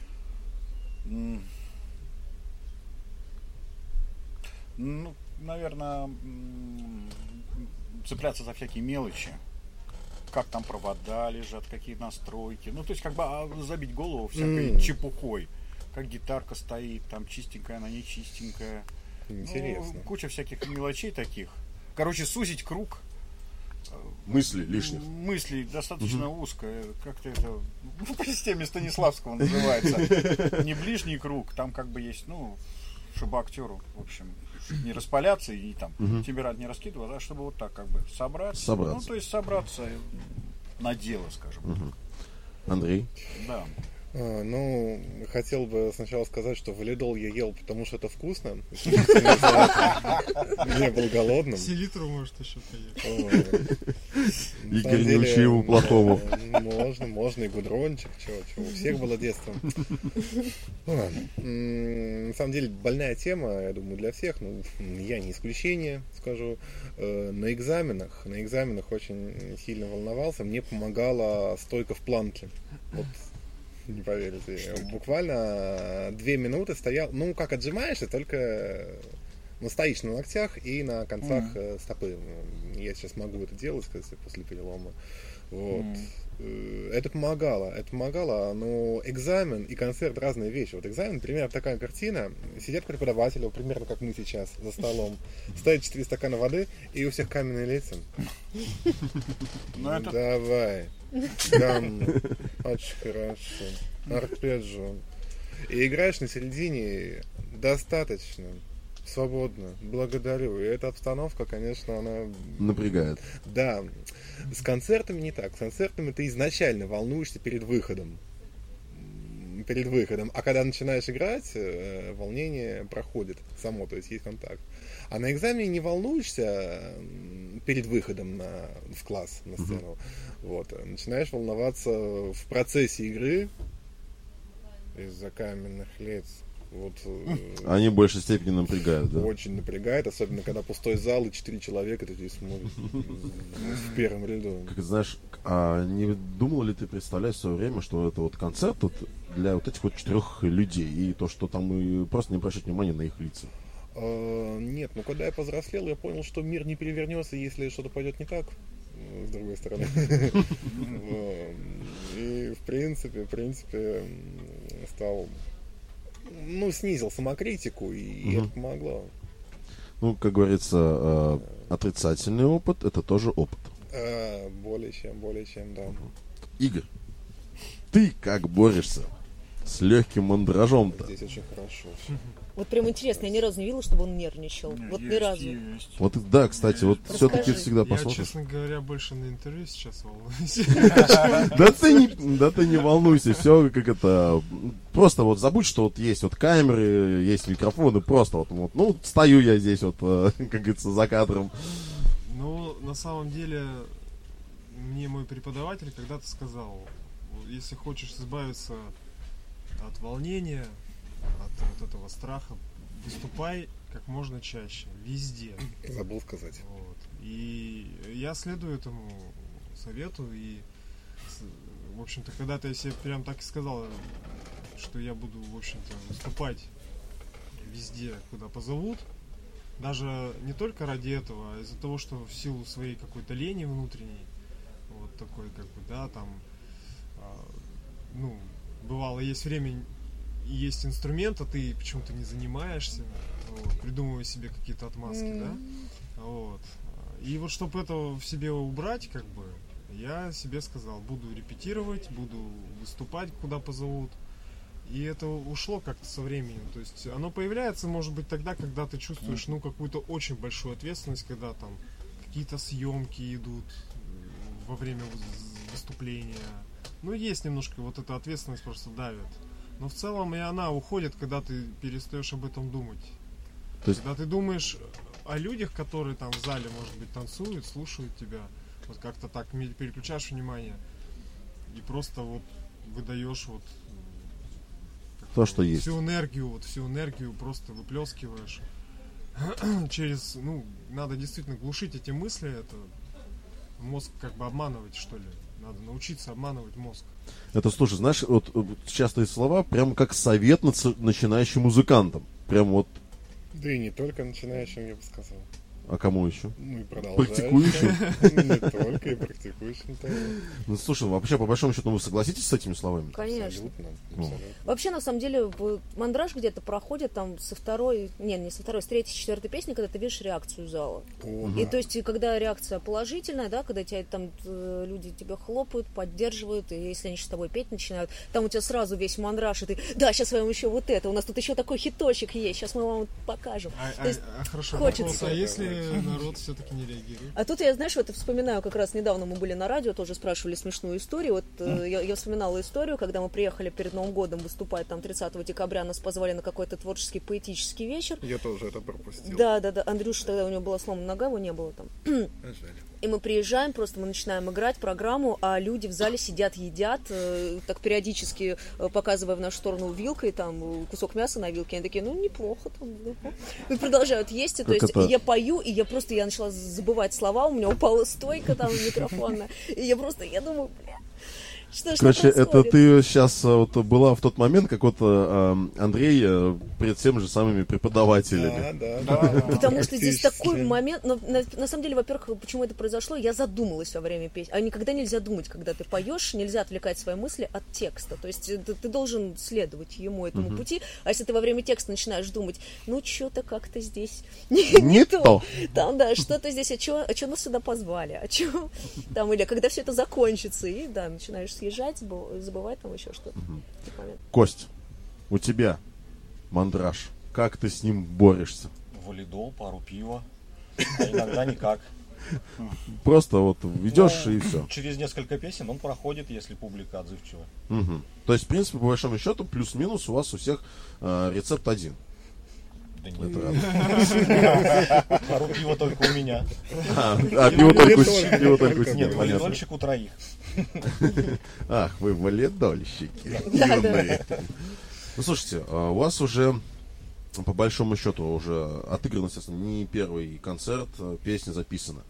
Ну, наверное, цепляться за всякие мелочи. Как там провода лежат, какие настройки. Ну, то есть, как бы забить голову всякой чепухой. Как гитарка стоит, там чистенькая, она не чистенькая. Интересно. Ну, куча всяких мелочей таких. Короче, сузить круг. Мысли лишних. Мысли достаточно узкая. Как-то это по системе Станиславского называется. Не ближний круг, там как бы есть, чтобы актеру, в общем, не распаляться и там температ не раскидывать, а чтобы вот так как бы собраться. Ну, то есть собраться на дело, скажем. Андрей? Да. Хотел бы сначала сказать, что валидол я ел, потому что это вкусно. Не был голодным. Селитру, может, еще поесть. Игорь, не учи его плохому. Можно, и гудрончик, чего. У всех было детство. На самом деле, больная тема, я думаю, для всех. Я не исключение, скажу. На экзаменах очень сильно волновался. Мне помогала стойка в планке. Вот. Не поверите. Буквально 2 минуты стоял. Как отжимаешься, только стоишь на локтях и на концах стопы. Я сейчас могу это делать, кстати, после перелома. Вот. Это помогало, но экзамен и концерт разные вещи. Вот экзамен, например, такая картина. Сидят преподаватели, примерно как мы сейчас, за столом. Ставят 4 стакана воды, и у всех каменные лица. Давай. Гамма. Очень хорошо. Арпеджио. И играешь на середине достаточно свободно. Благодарю. И эта обстановка, конечно, она... Напрягает. Да. С концертами не так. С концертами ты изначально волнуешься перед выходом. А когда начинаешь играть, волнение проходит само, то есть контакт. А на экзамене не волнуешься перед выходом в класс, на сцену. Вот. Начинаешь волноваться в процессе игры из-за каменных лиц. Вот, они в большей степени напрягают, да? Очень напрягает, особенно когда пустой зал и 4 человека такие смотрят в первом ряду. Как знаешь, а не думал ли ты представлять в свое время, что это вот концерт для вот этих 4 людей, и то, что там и просто не обращать внимания на их лица? Нет, когда я повзрослел, я понял, что мир не перевернется, если что-то пойдет не так, с другой стороны. И в принципе стал, снизил самокритику, и это помогло. Как говорится, отрицательный опыт — это тоже опыт. Более чем, да. Игорь, ты как борешься с легким мандражом-то? Здесь очень хорошо. Вот прям интересно, я ни разу не видела, чтобы он нервничал. Ни разу. Вот да, кстати, все-таки всегда посмотришь. Я, честно говоря, больше на интервью сейчас волнуюсь. Да ты не волнуйся, все как это. Просто забудь, что есть камеры, есть микрофоны, просто стою я здесь как говорится, за кадром. На самом деле, мне мой преподаватель когда-то сказал, если хочешь избавиться от волнения, от этого страха, выступай как можно чаще, везде. Забыл сказать. Вот. И я следую этому совету, и, в общем-то, когда-то я себе прям так и сказал, что я буду, в общем-то, выступать везде, куда позовут. Даже не только ради этого, а из-за того, что в силу своей какой-то лени внутренней, вот такой, бывало, есть время, есть инструмент, а ты почему-то не занимаешься, придумывая себе какие-то отмазки, да? Вот. И чтобы это в себе убрать, я себе сказал, буду репетировать, буду выступать, куда позовут. И это ушло как-то со временем. То есть оно появляется, может быть, тогда, когда ты чувствуешь, какую-то очень большую ответственность, когда там какие-то съемки идут во время выступления. Есть немножко эта ответственность просто давит. Но в целом и она уходит, когда ты перестаешь об этом думать. То есть... Когда ты думаешь о людях, которые там в зале, может быть, танцуют, слушают тебя, как-то так переключаешь внимание и просто выдаешь то, что есть. Всю энергию просто выплескиваешь через, надо действительно глушить эти мысли, это мозг обманывать, что ли. Надо научиться обманывать мозг. Это, слушай, знаешь, частые слова, прям как совет начинающим музыкантам. Прям Да и не только начинающим, я бы сказал. А кому еще? Ну и продолжаем. Практикующим? Не только, и практикующим тоже. Ну, слушай, вообще, по большому счету, вы согласитесь с этими словами? Конечно. Абсолютно. Вообще, на самом деле, мандраж где-то проходит там с третьей, четвертой песни, когда ты видишь реакцию зала. И то есть, когда реакция положительная, да, когда тебя там люди тебя хлопают, поддерживают, и если они с тобой петь начинают, там у тебя сразу весь мандраж, и ты, да, сейчас вам еще вот это, у нас тут еще такой хиточек есть, сейчас мы вам покажем. Хорошо, хочется. А если народ все-таки не реагирует? А тут я, знаешь, вот вспоминаю, как раз недавно мы были на радио, тоже спрашивали смешную историю. Вот я вспоминала историю, когда мы приехали перед Новым годом выступать, там 30 декабря нас позвали на какой-то творческий поэтический вечер. Я тоже это пропустил. Да. Андрюша тогда, у него была сломана нога, его не было там. Жаль. И мы приезжаем, просто мы начинаем играть программу, а люди в зале сидят, едят, так периодически показывая в нашу сторону вилкой, там, кусок мяса на вилке. Они такие, ну, неплохо. Там, и продолжают есть. И, то есть я пою, и я начала забывать слова, у меня упала стойка там микрофонная. И я думаю, бля, что короче, происходит? это ты сейчас вот была в тот момент, как вот Андрей перед теми же самыми преподавателями. Да. Потому что здесь такой момент, но на самом деле, во-первых, почему это произошло, я задумалась во время песни. А никогда нельзя думать, когда ты поешь, нельзя отвлекать свои мысли от текста. То есть ты должен следовать этому пути. А если ты во время текста начинаешь думать, ну что-то как-то здесь не то. Там, да, что-то здесь, а что нас сюда позвали, а что там, или когда все это закончится, и да, начинаешь съезжать, забывать там еще что-то. Кость, у тебя мандраж. Как ты с ним борешься? Валидол, пару пива. А иногда никак. Просто вот идешь и все. Через несколько песен он проходит, если публика отзывчивая. То есть, в принципе, по большому счету, плюс-минус у вас у всех рецепт один. Да нет. Пару пива только у меня. А пиво только у тебя. Нет, валидольчик у троих. Ах, вы валидольщики. Ну, слушайте, у вас уже, по большому счету, уже отыгран, естественно, не первый концерт, песня записана.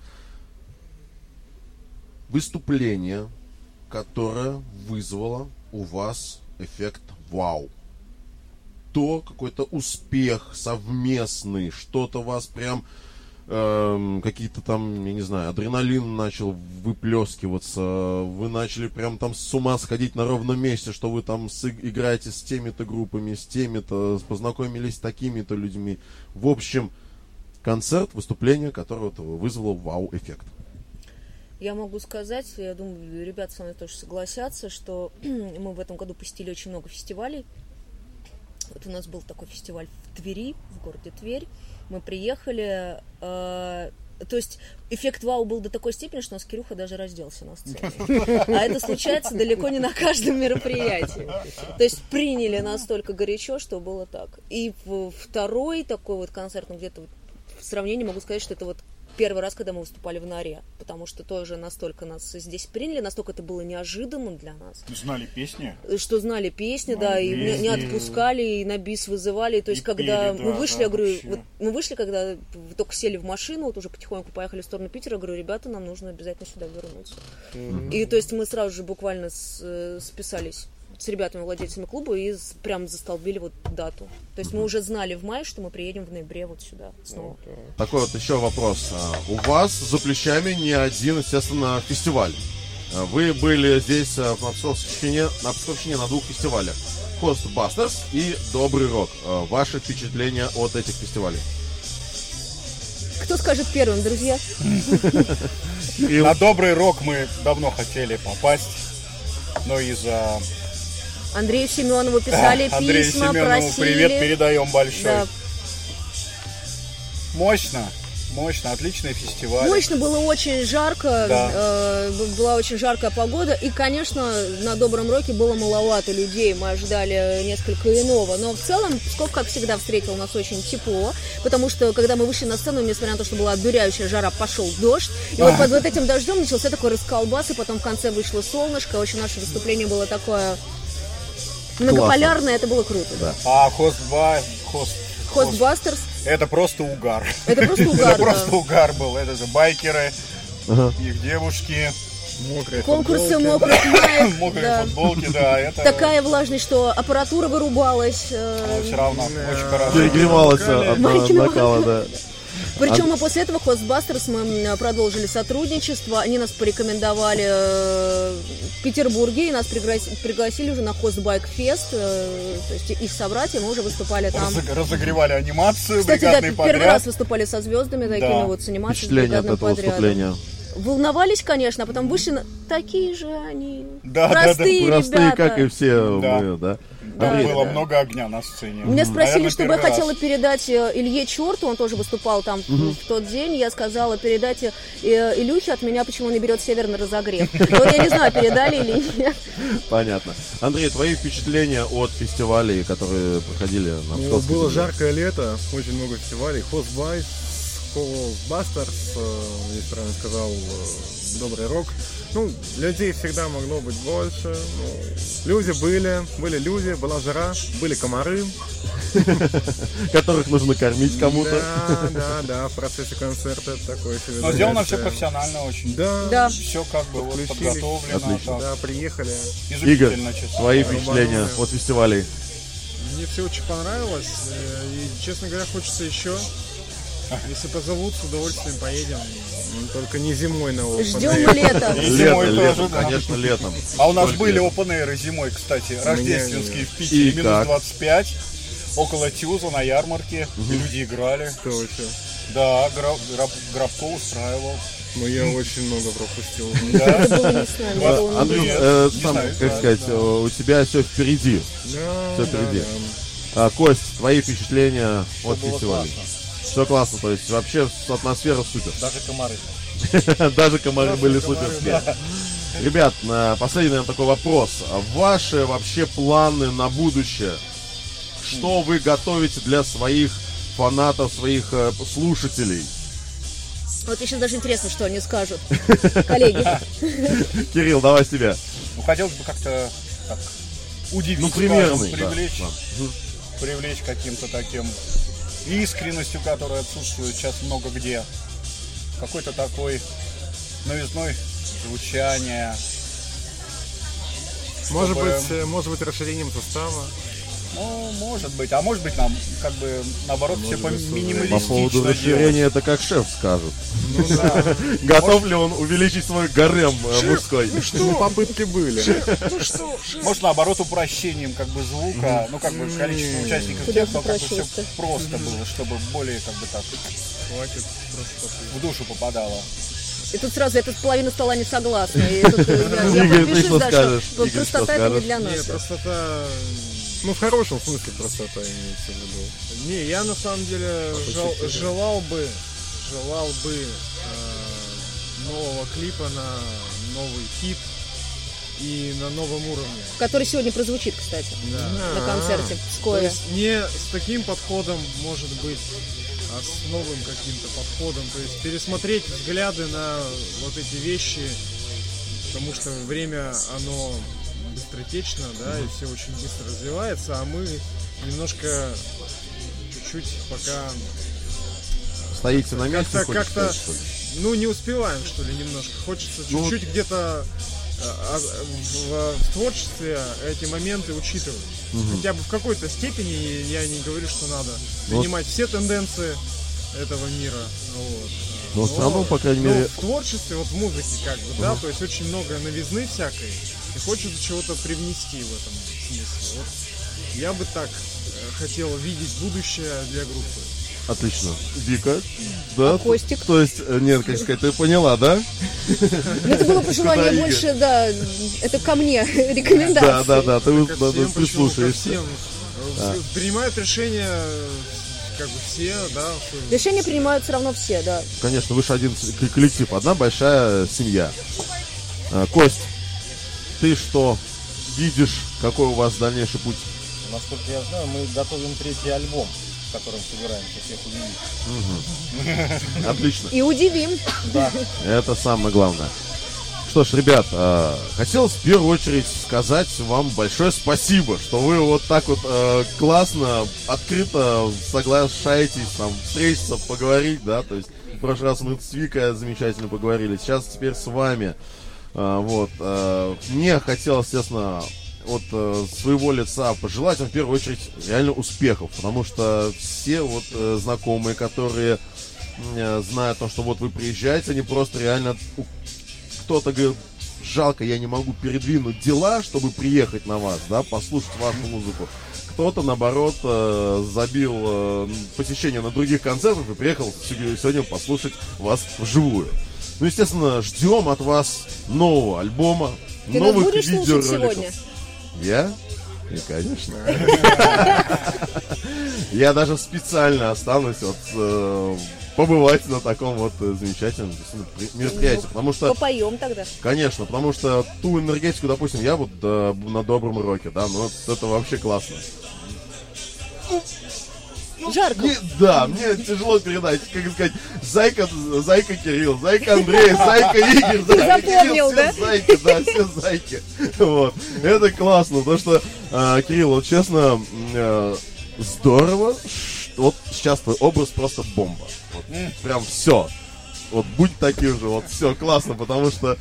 Выступление, которое вызвало у вас эффект вау. То какой-то успех совместный, что-то вас прям какие-то там, я не знаю, адреналин начал выплескиваться, вы начали прям там с ума сходить на ровном месте, что вы там играете с теми-то группами, с теми-то, познакомились с такими-то людьми. В общем, концерт, выступление, которое вызвало вау-эффект. Я могу сказать, я думаю, ребята со мной тоже согласятся, что мы в этом году посетили очень много фестивалей. Вот у нас был такой фестиваль в Твери, в городе Тверь. Мы приехали, то есть эффект вау был до такой степени, что у нас Кирюха даже разделся на сцене. А это случается далеко не на каждом мероприятии. То есть приняли настолько горячо, что было так. И второй такой вот концерт, ну где-то вот в сравнении могу сказать, что это вот первый раз, когда мы выступали в Норе, потому что тоже настолько нас здесь приняли, настолько это было неожиданно для нас. Знали песни? Что знали песни, да, и не отпускали, и на бис вызывали. То есть, когда мы вышли, я говорю, вот мы вышли, когда только сели в машину, вот уже потихоньку поехали в сторону Питера, я говорю, ребята, нам нужно обязательно сюда вернуться. И то есть мы сразу же буквально списались с ребятами, владельцами клуба, и прям застолбили вот дату. То есть мы уже знали в мае, что мы приедем в ноябре вот сюда снова. Такой вот еще вопрос. У вас за плечами не один, естественно, фестиваль. Вы были здесь на Псковщине на двух фестивалях. Хостбастерс и Добрый рок. Ваши впечатления от этих фестивалей? Кто скажет первым, друзья? На Добрый рок мы давно хотели попасть, но из-за... Андрею Семенову писали Андрею письма, Семенову просили. Привет передаем большой. Да. Мощно, отличный фестиваль. Мощно, было очень жарко, Да. Была очень жаркая погода, и, конечно, на Добром роке было маловато людей, мы ожидали несколько иного, но в целом Псков, как всегда, встретил нас очень тепло, потому что, когда мы вышли на сцену, несмотря на то, что была одуряющая жара, пошел дождь, и вот под вот этим дождем начался такой расколбас, и потом в конце вышло солнышко, очень наше выступление было такое многополярное, это было круто. Да. А Хостбастерс. Это просто угар. Это просто угар, Это просто угар был. Это же байкеры, их девушки. Конкурсы мокрых майк. Мокрые футболки, да. Это... Такая влажность, что аппаратура вырубалась. Все равно очень хорошо. Перегревалась от накала, да. Причем мы после этого Hostbusters мы продолжили сотрудничество. Они нас порекомендовали в Петербурге, и нас пригласили уже на Hostbike Fest. То есть их собратья, мы уже выступали там. Разогревали анимацию, кстати, бригадный да, подряд. первый раз выступали со звездами, такими вот, с анимацией, с Впечатление от бригадным этого подрядом. выступления. Волновались, конечно, а потом вышли такие же они. Да, простые Простые, ребята. как и все Да. мы, да? Да, Андрей, Было да. много огня на сцене. Меня спросили, Наверное, чтобы я первый раз. хотела передать Илье Черту, он тоже выступал там в тот день. Я сказала, передайте Илюхе от меня, почему он не берет северный разогрев. Вот я не знаю, передали или нет. Понятно. Андрей, твои впечатления от фестивалей, которые проходили на Ну, Псковской было земле? жаркое лето, очень много фестивалей. Hostbusters, здесь правильно сказал, Добрый рок. Ну, людей всегда могло быть больше. Ну, люди были люди, была жара, были комары. Которых нужно кормить кому-то. Да, в процессе концерта такое себе. Но сделано все профессионально очень. Да. Все как бы вот Подключились. подготовлено. Отлично. так. Да, приехали. Игорь, Изумительно, честно. твои говоря. впечатления от фестивалей? Мне все очень понравилось. И, честно говоря, хочется еще. Если позовут, с удовольствием поедем. Только не зимой на Open Ждем Air. лета. И зимой тоже, летом, да. конечно, летом. А у нас Только были летом. open-air зимой, кстати, рождественские в Питере, И минус как? 25, около Тюза на ярмарке, и люди играли. Точно. Да, Грабко устраивал. Но я очень много пропустил. Да. Это было не с нами, это было на Андрюш, другом. Не сам, знаю, как да, сказать, да. у тебя все впереди. Да, Всё впереди. да. Кость, твои впечатления от было фестивалей? классно. Все классно, то есть вообще атмосфера супер. Даже комары. Даже комары были суперские. Ребят, последний, наверное, такой вопрос. Ваши вообще планы на будущее? Что вы готовите для своих фанатов, своих слушателей? Вот еще даже интересно, что они скажут, коллеги. Кирилл, давай с тебя. Ну, хотелось бы как-то так удивить, Ну, примерный, скажем, да, привлечь каким-то таким искренностью, которая отсутствует сейчас много где. Какой-то такой новизной звучания. Может быть, расширением состава. Ну, может быть. А может быть, нам как бы наоборот все По поводу минималистично расширения, делать. это как шеф скажет. Ну, да. Готов ли он увеличить свой гарем мужской? Ну, попытки были. Может, наоборот, упрощением как бы звука, ну, как бы количество участников Куда тех, но как бы все упрощать-то? просто было, чтобы более как бы так Хватит просто. в душу попадало. И тут сразу я тут половину стола не согласна. И тут я Игорь, ты подпишусь, что да, скажешь? что Игорь, что простота это не скажешь? для Не, нас. простота... Ну, в хорошем смысле простота имеется в виду. Не, я на самом деле желал бы нового клипа на новый хит и на новом уровне. Который сегодня прозвучит, кстати, на концерте в То Пскове. есть не с таким подходом, может быть, а с новым каким-то подходом. То есть пересмотреть взгляды на вот эти вещи, потому что время, оно быстротечно, да, и все очень быстро развивается, а мы немножко, чуть-чуть пока, Стоите на месте? хочешь как-то, сказать, что ли? ну, не успеваем, что ли, немножко. Хочется Ну, чуть-чуть где-то в творчестве эти моменты учитывать. Хотя бы в какой-то степени, я не говорю, что надо принимать все тенденции этого мира. Вот. Но все равно, по крайней мере... в творчестве, вот в музыке, как бы, да, то есть очень много новизны всякой, и хочется чего-то привнести в этом смысле. Вот я бы так хотел видеть будущее для группы. Отлично. Вика? Да? Костик? То есть, нет, как сказать, ты поняла, да? Ну, это было пожелание Куда, Игорь? больше, да, это ко мне, рекомендации. Да, ты Ко да, всем, почему ко прислушаешься. всем. Принимают решения как бы все, да. Решения принимают все равно все, да. Конечно, вы же один коллектив, одна большая семья. Кость, ты что видишь, какой у вас дальнейший путь? Насколько я знаю, мы готовим 3-й альбом, с которым собираемся всех удивить. Отлично. И удивим. Да. Это самое главное. Что ж, ребят, хотелось в первую очередь сказать вам большое спасибо, что вы вот так вот классно, открыто соглашаетесь там встретиться, поговорить, да, то есть в прошлый раз мы с Викой замечательно поговорили, сейчас теперь с вами. Вот. Мне хотелось, естественно, от своего лица пожелать вам в первую очередь реально успехов, потому что все вот знакомые, которые зная то, что вот вы приезжаете, они просто реально... Кто-то говорит, жалко, я не могу передвинуть дела, чтобы приехать на вас, да, послушать вашу музыку. Кто-то, наоборот, забил посещение на других концертах и приехал сегодня послушать вас вживую. Ну, естественно, ждем от вас нового альбома, Ты новых нас будешь слушать видеороликов. сегодня? Я? И, конечно. Я даже специально останусь побывать на таком вот замечательном мероприятии, потому что... Попоем тогда. Конечно, потому что ту энергетику, допустим, я вот на добром роке, да, ну это вообще классно. Жарко. Да, мне тяжело передать, как сказать, зайка Кирилл, зайка Андрей, зайка Игорь, зайка Запомнил, Кирилл, да? все зайки, да, все зайки. Вот. Это классно, потому что, Кирилл, вот честно, здорово, вот сейчас твой образ просто бомба. Вот, прям все. Вот будь таким же, вот все классно, потому что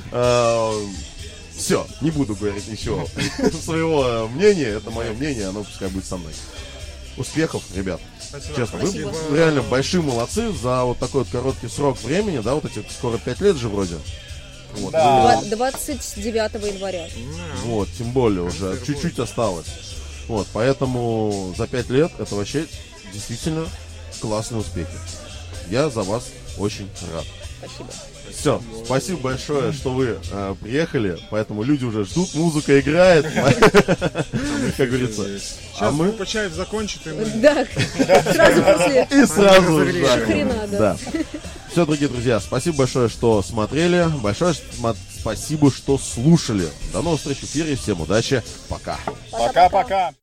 все, не буду говорить ничего своего мнения, это мое мнение, оно пускай будет со мной. Успехов, ребят. Спасибо. Честно, Спасибо. вы реально большие молодцы за вот такой вот короткий срок времени, да, вот эти скоро 5 лет же вроде. Вот, Да. 29 января. вот, тем более уже чуть-чуть осталось. Вот, поэтому за 5 лет это вообще действительно классные успехи. Я за вас очень рад. Спасибо. Все, спасибо большое, что вы приехали, поэтому люди уже ждут, музыка играет, как говорится. А Сейчас мы Почаев закончит, и мы... Да, сразу после и сразу хрена, да. да. Все, дорогие друзья, спасибо большое, что смотрели, большое спасибо, что слушали. До новых встреч в эфире, всем удачи, пока. Пока-пока.